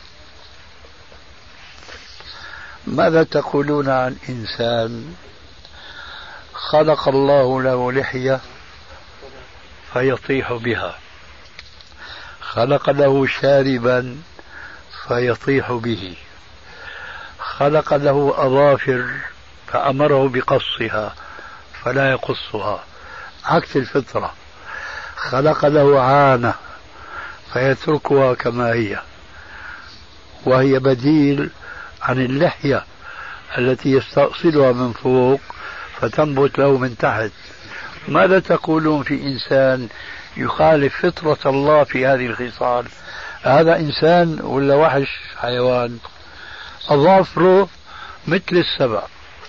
ماذا تقولون عن إنسان خلق الله له لحية فيطيح بها، خلق له شاربا فيطيح به، خلق له أظافر فأمره بقصها فلا يقصها عكس الفطرة، خلق له عانة فيتركها كما هي وهي بديل عن اللحية التي يستأصلها من فوق فتنبت له من تحت. ماذا تقولون في إنسان يخالف فطرة الله في هذه الخصال؟ هذا إنسان ولا وحش حيوان؟ أظافره مثل السبع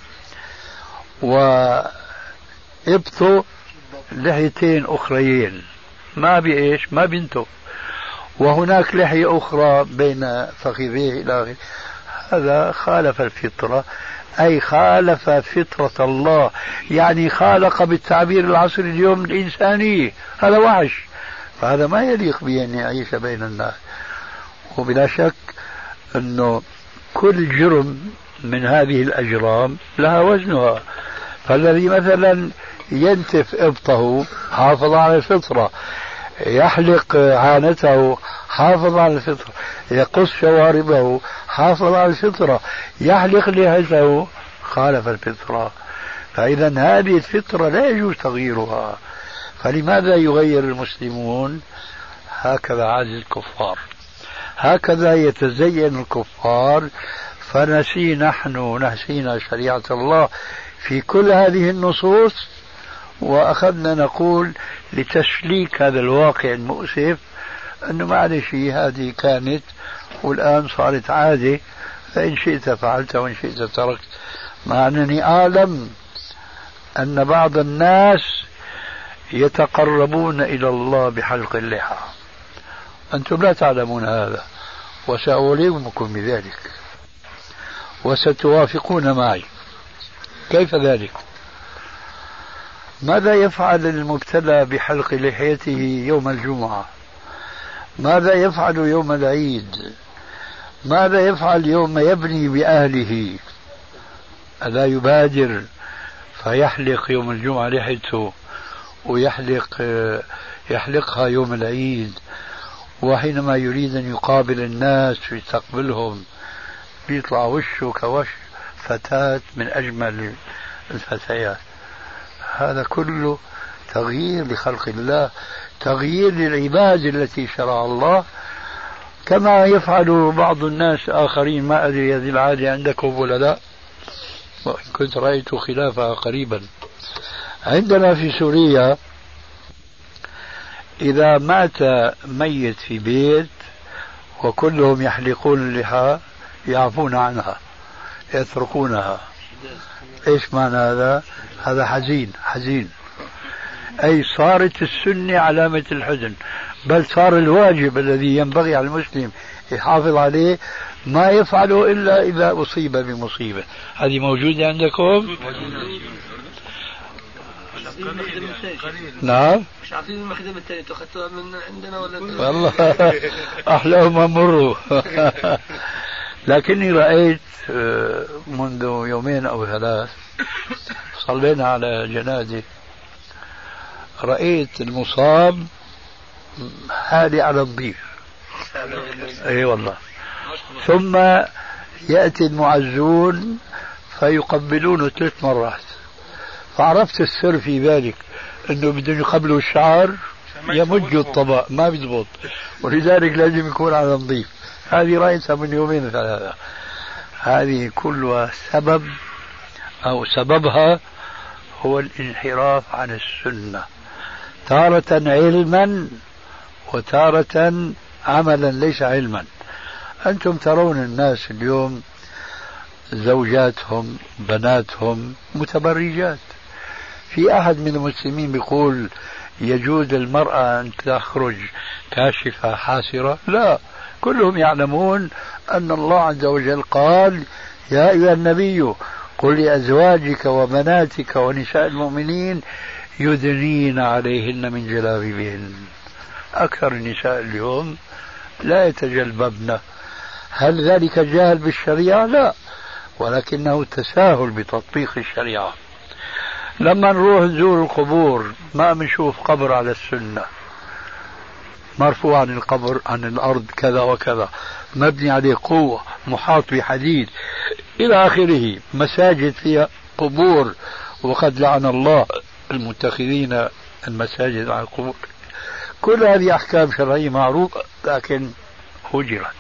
وإبطه لحيتين أخريين ما بإيش ما بنته، وهناك لحية أخرى بين فخذيه إلى آخره. هذا خالف الفطرة، أي خالف فطرة الله، يعني خالق بالتعبير العصري اليوم الإنسانية. هذا وحش، فهذا ما يليق به أن يعيش بين الناس. وبلا شك أنه كل جرم من هذه الأجرام لها وزنها. فالذي مثلا ينتف إبطه حافظ على الفطرة، يحلق عانته حافظ على الفطرة، يقص شواربه حافظ على الفطرة، يحلق لحيته خالف الفطرة. فإذا هذه الفطرة لا يجوز تغييرها. فلماذا يغير المسلمون؟ هكذا عادة الكفار، هكذا يتزين الكفار. فنسي نحن نسينا شريعة الله في كل هذه النصوص، وأخذنا نقول لتسليك هذا الواقع المؤسف أنه معلش هذه كانت والآن صارت عادة، فإن شئت فعلت وإن شئت تركت. مع أنني أعلم أن بعض الناس يتقربون إلى الله بحلق اللحى، أنتم لا تعلمون هذا وسأعلمكم بذلك وستوافقون معي. كيف ذلك؟ ماذا يفعل المبتلى بحلق لحيته يوم الجمعة؟ ماذا يفعل يوم العيد؟ ماذا يفعل يوم يبني بأهله؟ ألا يبادر فيحلق يوم الجمعة لحيته ويحلق يحلقها يوم العيد؟ وحينما يريد أن يقابل الناس ويستقبلهم بيطلع وشه كوش فتاة من أجمل الفتيات. هذا كله تغيير لخلق الله، تغيير للعباد التي شرع الله، كما يفعل بعض الناس آخرين. ما أدري هذه العادة عندكم ولا لا، وإن كنت رأيت خلافها قريبا. عندنا في سوريا إذا مات ميت في بيت وكلهم يحلقون اللحى يعفون عنها يتركونها. إيش معنى هذا؟ هذا حزين حزين، أي صارت السنة علامة الحزن، بل صار الواجب الذي ينبغي على المسلم يحافظ عليه ما يفعله إلا إذا أصيب بمصيبة. هذه موجودة عندكم؟ نعم. مش عارفين المخدم الثاني تأخذتها من عندنا ولا انت؟ والله أحلاهم مروا. لكني رأيت منذ يومين أو ثلاث صلينا على جنازة، رأيت المصاب حالي على الضيف. اي والله. ثم يأتي المعزون فيقبلونه ثلاث مرات، فعرفت السر في ذلك انه بدهم يقبلوا الشعر يمجوا الطبق، ما بيضبط، ولذلك لازم يكون على نظيف. هذه رأيتها من يومين ثلاثة. هذه كلها سبب أو سببها هو الانحراف عن السنة، تارة علما وتارة عملا ليس علما. أنتم ترون الناس اليوم زوجاتهم بناتهم متبرجات. في أحد من المسلمين بيقول يجوز للمرأة أن تخرج كاشفة حاسرة؟ لا، كلهم يعلمون أن الله عز وجل قال يا أيها النبي قل لأزواجك وبناتك ونساء المؤمنين يدنين عليهن من جلابيبهن. أكثر النساء اليوم لا يتجلببن. هل ذلك جاهل بالشريعة؟ لا، ولكنه تساهل بتطبيق الشريعة. لما نروح نزور القبور ما بنشوف قبر على السنة مرفوع عن القبر عن الأرض كذا وكذا، مبني عليه قوة، محاط بحديد إلى آخره. مساجد فيها قبور، وقد لعن الله المتخذين المساجد على القبور. كل هذه أحكام شرعية معروفة، لكن هجرت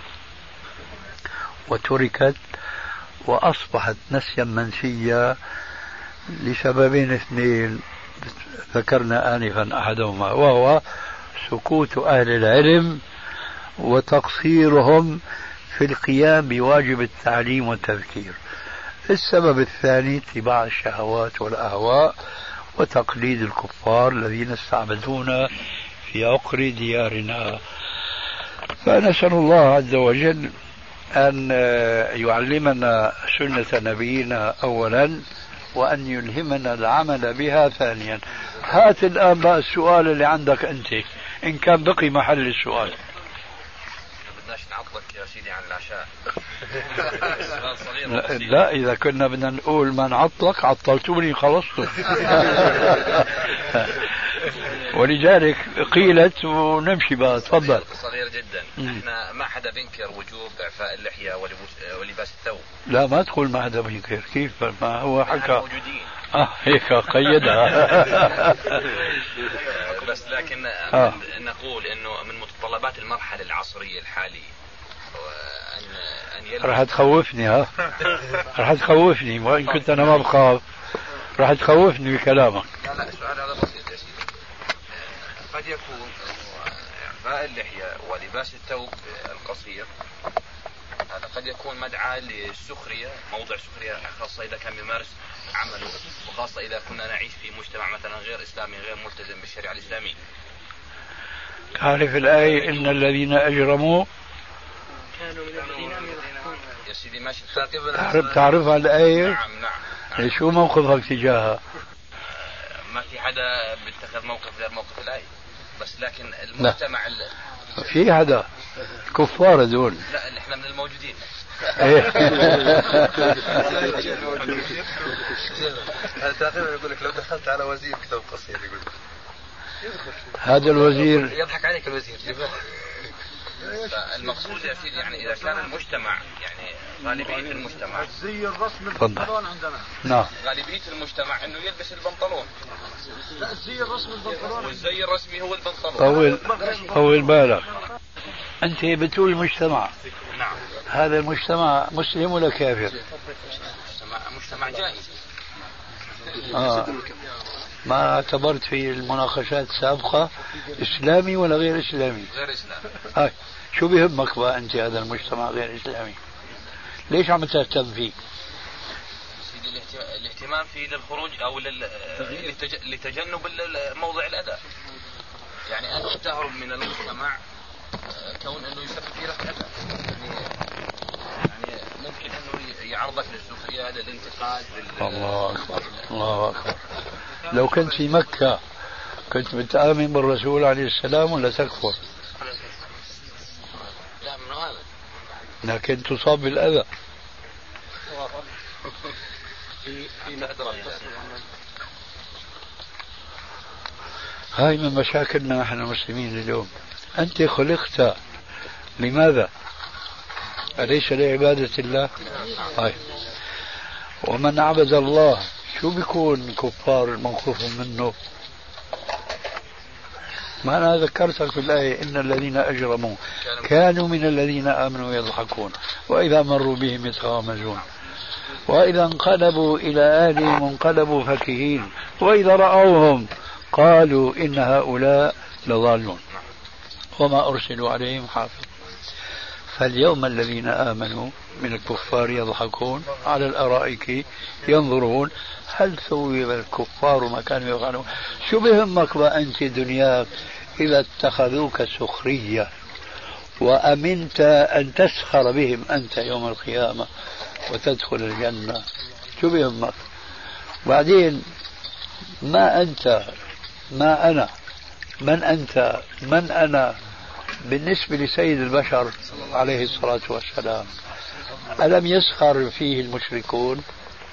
وتركت وأصبحت نسيا منسيا لسببين اثنين ذكرنا آنفا أحدهما، وهو سكوت أهل العلم وتقصيرهم في القيام بواجب التعليم والتذكير. السبب الثاني اتباع الشهوات والأهواء وتقليد الكفار الذين استعبدونا في عقر ديارنا. فنسأل الله عز وجل أن يعلمنا سنة نبينا أولا، وأن يلهمنا العمل بها ثانيا. هات الآن بقى السؤال اللي عندك أنت، إن كان بقي محل السؤال. بدناش نعطلك يا سيدي عن العشاء. لا, لا إذا كنا بدنا نقول ما نعطلك عطلتوني خلصتوا. ولذلك قيلت ونمشي بقى. تفضل. صغير جدا. احنا ما حدا بينكر وجوب اعفاء اللحية ولباس الثوب. لا ما تقول ما حدا بينكر، كيف ما هو حكى موجودين. اه هيك قيدها. بس لكن آه. نقول انه من متطلبات المرحلة العصرية الحالية ان ان يلبس. راح تخوفني ها راح تخوفني، وان كنت انا ما بخاف راح تخوفني بكلامك. لا لا السؤال هذا بسيط يا سيدي. قد يكون إعفاء اللحية ولباس الثوب القصير هذا قد يكون مدعاة للسخرية، موضع سخرية، خاصة إذا كان يمارس عمله، وخاصة إذا كنا نعيش في مجتمع مثلا غير إسلامي غير ملتزم بالشريعة الإسلامية. تعرف الآية إن الذين أجرموا كانوا من الذين يا سيدي ماشي. تعرف تعرفها الآية؟ نعم نعم. شو موقفك تجاهها؟ ما في حدا بيتخذ موقف غير موقف الآية، بس لكن المجتمع ال... في حدا كفار دول. لا اللي احنا من الموجودين. هذا تقريبا يقول لك لو دخلت على وزير كتاب قصير يقول هذا الوزير يضحك عليك الوزير. المقصود يا سيدي يعني إذا كان المجتمع يعني غالبية المجتمع الزي الرسمي البنطلون عندنا. نعم. غالبية المجتمع إنه يلبس البنطلون. لا الزي الرسمي البنطلون. والزي الرسمي هو البنطلون. طول طول بالك. أنت بتقول المجتمع. نعم. هذا المجتمع مسلم ولا كافر؟ مجتمع مجتمع جائز. آه. ما اعتبرت في المناقشات السابقة إسلامي ولا غير إسلامي؟ غير إسلامي. آه. شو بيهمك بقى أنت هذا المجتمع غير إسلامي؟ ليش عم تهتم فيه؟ سيدي الاهتمام فيه للخروج أو لل... لتجنب موضع الأذى. يعني أن تهرب من المجتمع كون أنه يسبب فيه لك أذى. يعني ممكن أنه يعرضك للسخرية للانتقاد لل... الله أكبر الله أكبر. لو كنت في مكة كنت بتآمن بالرسول عليه السلام ولا تكفر؟ لا من هذا. لكن تصاب بالأذى. هاي من مشاكلنا نحن المسلمين اليوم. أنت خلقت لماذا؟ أليس لعبادة الله؟ هاي. ومن عبد الله شو بيكون كفار الموقوف منه؟ ما أنا ذكرتك في الآية إن الذين أجرموا كانوا من الذين آمنوا يضحكون وإذا مروا بهم يتغامزون وإذا انقلبوا إلى أهلهم انقلبوا فكهين وإذا رأوهم قالوا إن هؤلاء لضالون وما أرسلوا عليهم حافظ. فاليوم الذين آمنوا من الكفار يضحكون على الأرائك ينظرون هل ثوب الكفار ما كانوا يفعلون. شو بهمك وأنت دنياك إذا اتخذوك سخرية وأمنت أن تسخر بهم أنت يوم القيامة وتدخل الجنة؟ شو بهمك؟ بعدين ما أنت ما أنا من أنت من أنا بالنسبة لسيد البشر عليه الصلاة والسلام؟ ألم يسخر فيه المشركون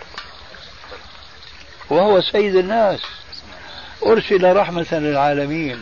وهو سيد الناس أرسل رحمة للعالمين؟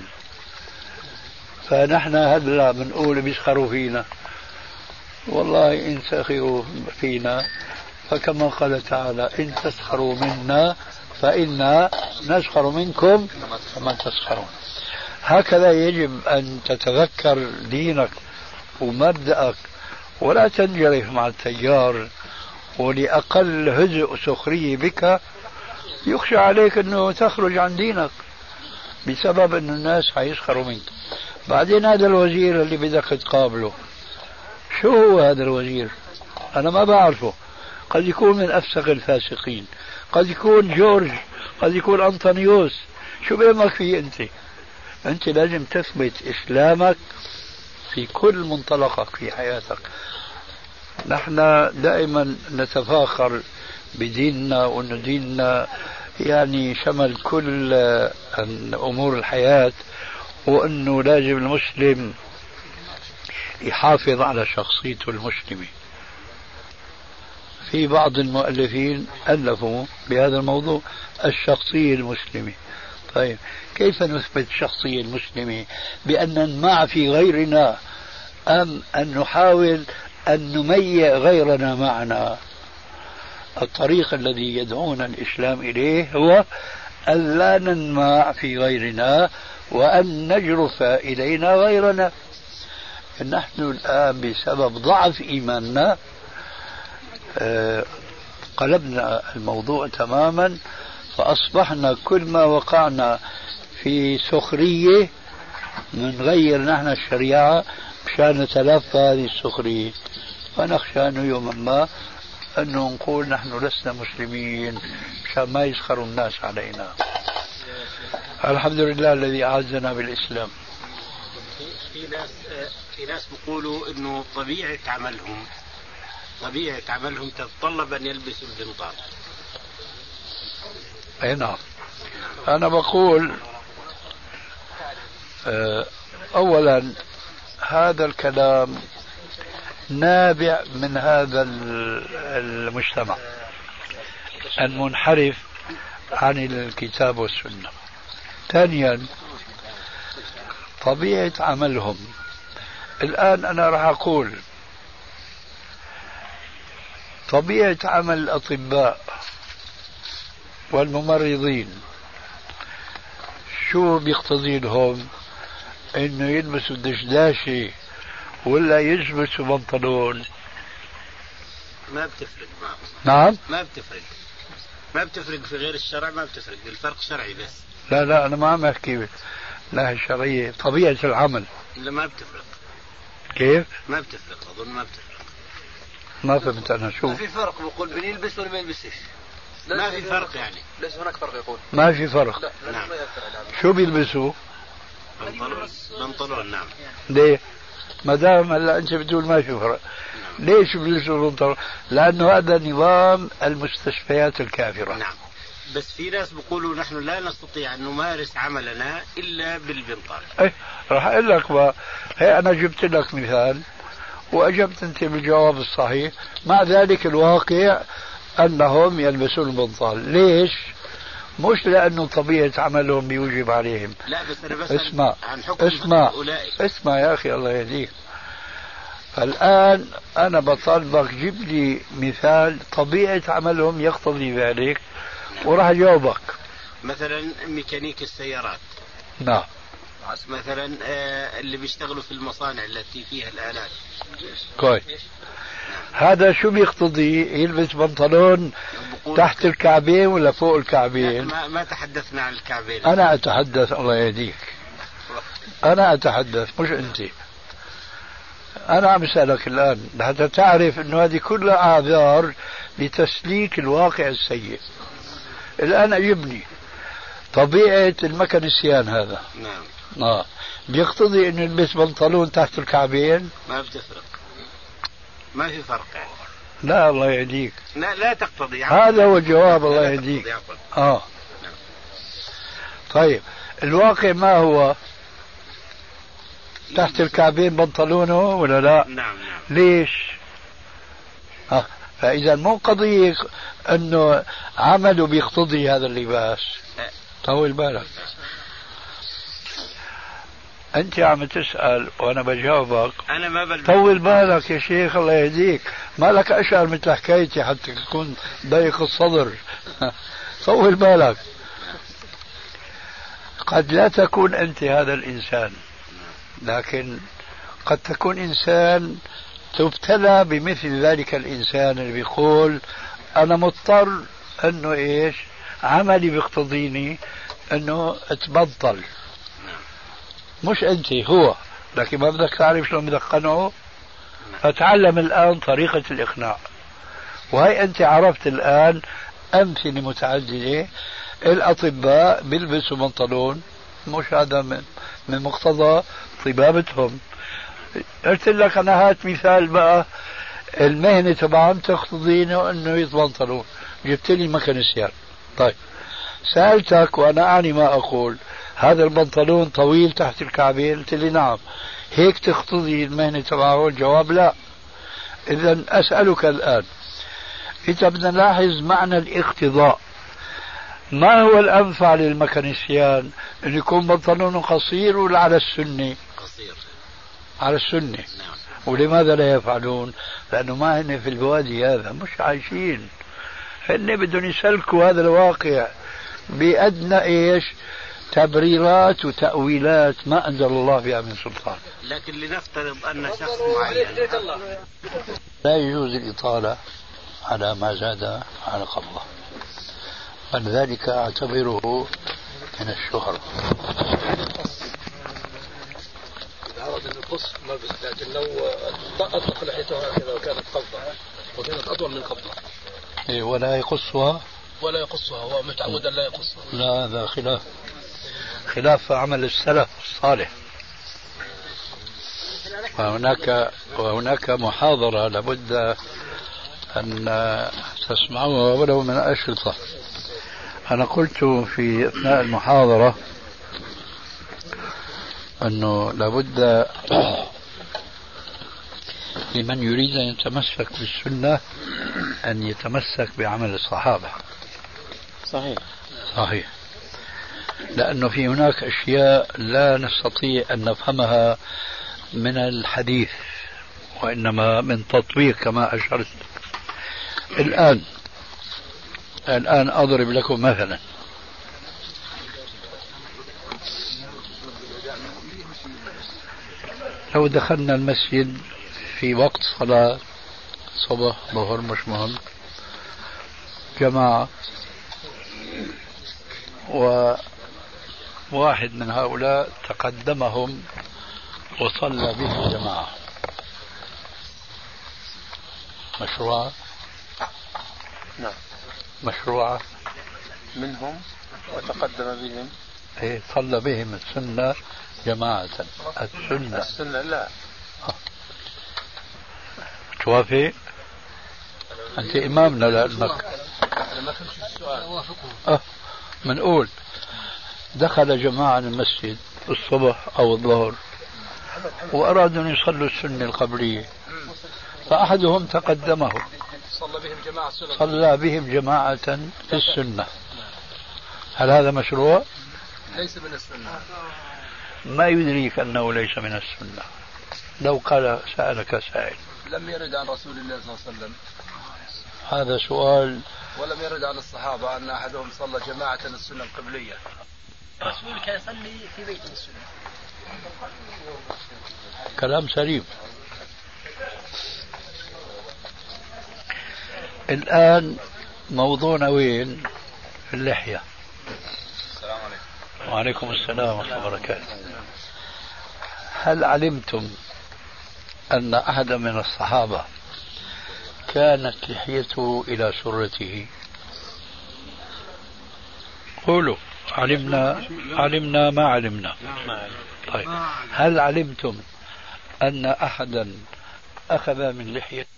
فنحن هذا بنقول بيسخروا فينا. والله إن سخروا فينا فكما قال تعالى إن تسخروا منا فإنا نسخر منكم كما تسخرون. هكذا يجب أن تتذكر دينك ومبدأك ولا تنجرف مع التيار، ولأقل هزء سخرية بك يخشى عليك أنه تخرج عن دينك بسبب أن الناس حيسخروا منك. بعدين هذا الوزير اللي بدك تقابله شو هو هذا الوزير؟ أنا ما بعرفه، قد يكون من أفسق الفاسقين، قد يكون جورج، قد يكون أنطونيوس. شو بيهمك فيه أنت؟ أنت لازم تثبت إسلامك في كل منطلقك في حياتك. نحن دائما نتفاخر بديننا وأن ديننا يعني شمل كل أمور الحياة، وأنه لازم المسلم يحافظ على شخصيته المسلمة. في بعض المؤلفين ألفوا بهذا الموضوع الشخصية المسلمة. طيب كيف نثبت الشخصية المسلمة؟ بأن نمع في غيرنا أم أن نحاول أن نميع غيرنا معنا؟ الطريق الذي يدعونا الإسلام إليه هو أن لا ننمع في غيرنا وأن نجرف إلينا غيرنا. نحن الآن بسبب ضعف إيماننا قلبنا الموضوع تماما، فأصبحنا كل ما وقعنا في سخرية نغير نحن الشريعة مشان نتلافى هذه السخرية، فنخشى أنه يوما ما أنه نقول نحن لسنا مسلمين مشان ما يسخروا الناس علينا. الحمد لله الذي أعزنا بالإسلام. في ناس في ناس بيقولوا إنه طبيعة عملهم طبيعة عملهم تتطلب أن يلبسوا البنطال. أي نعم. أنا بقول أولا هذا الكلام نابع من هذا المجتمع المنحرف عن الكتاب والسنة. ثانيا طبيعة عملهم. الآن أنا راح أقول طبيعة عمل الأطباء والممرضين شو بيقتضي لهم؟ إنه يلبسوا دشداشي ولا يلبسوا بنطلون؟ ما بتفرق معهم. نعم ما بتفرق ما بتفرق في غير الشرع، ما بتفرق، الفرق شرعي بس. لا لا أنا ما عم أحكي لا الشرعية، طبيعة العمل. لا ما بتفرق. كيف؟ ما بتفرق، أظن ما بتفرق. ما فهمت أنا شو؟ ما في فرق، بقول بنلبس ولا ما يلبسش. ما في فرق يعني. ليس هناك فرق يقول. ما في فرق. لا. نعم. شو بيلبسوا؟ بنطلون. بنطلون نعم. ليه؟ ما دام هلا أنت بتقول ما في فرق. نعم. ليش بيلبسوا بنطلون؟ لأنه هذا نظام المستشفيات الكافرة. نعم. بس في ناس بيقولوا نحن لا نستطيع أن نمارس عملنا إلا بالبنطال. ايه راح اقول لك بقى، هي انا جبت لك مثال واجبت انت بالجواب الصحيح. مع ذلك الواقع أنهم يلبسون البنطال. ليش؟ مش لأنه طبيعة عملهم بيوجب عليهم. لا بس أنا بس اسمع عن حكم اسمع أولئك. اسمع يا أخي الله يهديك. الآن أنا بطالبك جيب لي مثال طبيعة عملهم يقتضي ذلك وراح أجاوبك. مثلا ميكانيك السيارات. نعم. مثلا آه اللي بيشتغلوا في المصانع التي فيها الآلات. كويس. هذا شو بيقتضي؟ يلبس بنطلون تحت الكعبين ولا فوق الكعبين؟ ما, ما تحدثنا عن الكعبين. أنا أتحدث الله يهديك. أنا أتحدث مش أنت. أنا عم أسألك الآن حتى تعرف أنه هذه كلها أعذار لتسليك الواقع السيء. الآن أجبني طبيعة الميكانيسيان هذا. نعم. آه. بيقتضي أنه يلبس بنطلون تحت الكعبين؟ ما بتفرق. ما في فرق يعني. لا الله يهديك. لا لا تقتضي. هذا هو الجواب الله يهديك. آه. طيب الواقع ما هو؟ تحت الكعبين بنطلونه ولا لا؟ نعم نعم. ليش؟ آه. فإذا مو قضية أنه عمله بيقتضي هذا اللباس. طول بالك. أنت عم تسأل وأنا بجاوبك. أنا ما بلبس. طول بالك يا شيخ الله يهديك. ما لك أشعر مثل حكايتي حتى تكون ضيق الصدر. طول بالك. قد لا تكون أنت هذا الإنسان لكن قد تكون إنسان تبتلى بمثل ذلك الإنسان اللي بيقول أنا مضطر أنه إيش عملي بيقتضيني أنه اتبطل. مش أنت هو لكن ما بدك تعرف شلون بدك تقنعه. فتعلم الآن طريقة الإقناع. وهي أنت عرفت الآن أمثلة متعددة. الأطباء بيلبسوا بنطلون مش هذا من, من مقتضى طبابتهم. قلت لك أنا هات مثال بقى المهنة تبعهم تقتضينه أنه يتبنطلون. جبت لي ميكانيسيان. طيب سألتك وأنا أعني ما أقول هذا البنطلون طويل تحت الكعبين؟ قلت لي نعم. هيك تقتضي المهنة تبعه؟ الجواب لا. إذن أسألك الآن إذا بدنا نلاحظ معنى الاقتضاء ما هو الأنفع للميكانيسيان؟ أن يكون بنطلونه قصير ولا على السنة؟ قصير على السنة. نعم. ولماذا لا يفعلون؟ لأنه ما هن في الوادي هذا مش عايشين. هن بدهم يسلكوا هذا الواقع بأدنى إيش تبريرات وتأويلات ما أنزل الله بها من سلطان. لكن لنفترض أن شخص معين لا يجوز الإطالة على ما زاد على قبضه. فلذلك أعتبره من الشهرة. إذا أراد أن يقص ملبس لكن لو أطلق لحيته هكذا وكانت قبضة وكانت أطول من قبضة إيه ولا يقصها ولا يقصها هو متعود أن لا يقصها. لا هذا خلاف خلاف عمل السلف الصالح. وهناك وهناك محاضرة لابد أن تسمعوها ولو من أشرطة. أنا قلت في أثناء المحاضرة أنه لابد لمن يريد أن يتمسك بالسنة أن يتمسك بعمل الصحابة. صحيح صحيح. لأنه في هناك أشياء لا نستطيع أن نفهمها من الحديث وإنما من تطبيق كما أشرت. الآن الآن أضرب لكم مثلا. لو دخلنا المسجد في وقت صلاة صبح ظهر مش مهم جماعة وواحد من هؤلاء تقدمهم وصلى بهم جماعة مشروعة؟ نعم مشروعة منهم وتقدم بهم. إيه صلى بهم السنة جماعة. السنة السنة لا. توافق؟ أنت إمامنا لأنك أنا ما فهمت السؤال. أه منقول دخل جماعة المسجد الصبح أو الظهر وأرادوا أن يصلوا السنة القبلية فأحدهم تقدمه صلى بهم الجماعة السنة صلى بهم جماعة في السنة، هل هذا مشروع؟ ليس من السنة. ما يدريك أنه ليس من السنة؟ لو قال سألك سائل لم يرد عن رسول الله صلى الله عليه وسلم هذا سؤال، ولم يرد عن الصحابة أن أحدهم صلى جماعة السنة القبلية. الرسول كان يصلي في بيت السنة. كلام سليم. الآن موضوعنا وين؟ في اللحية. السلام عليكم. وعليكم السلام ورحمة الله وبركاته. هل علمتم أن أحد من الصحابة كانت لحيته إلى سرته؟ قولوا علمنا علمنا ما علمنا. طيب هل علمتم أن أحدا أخذ من لحيته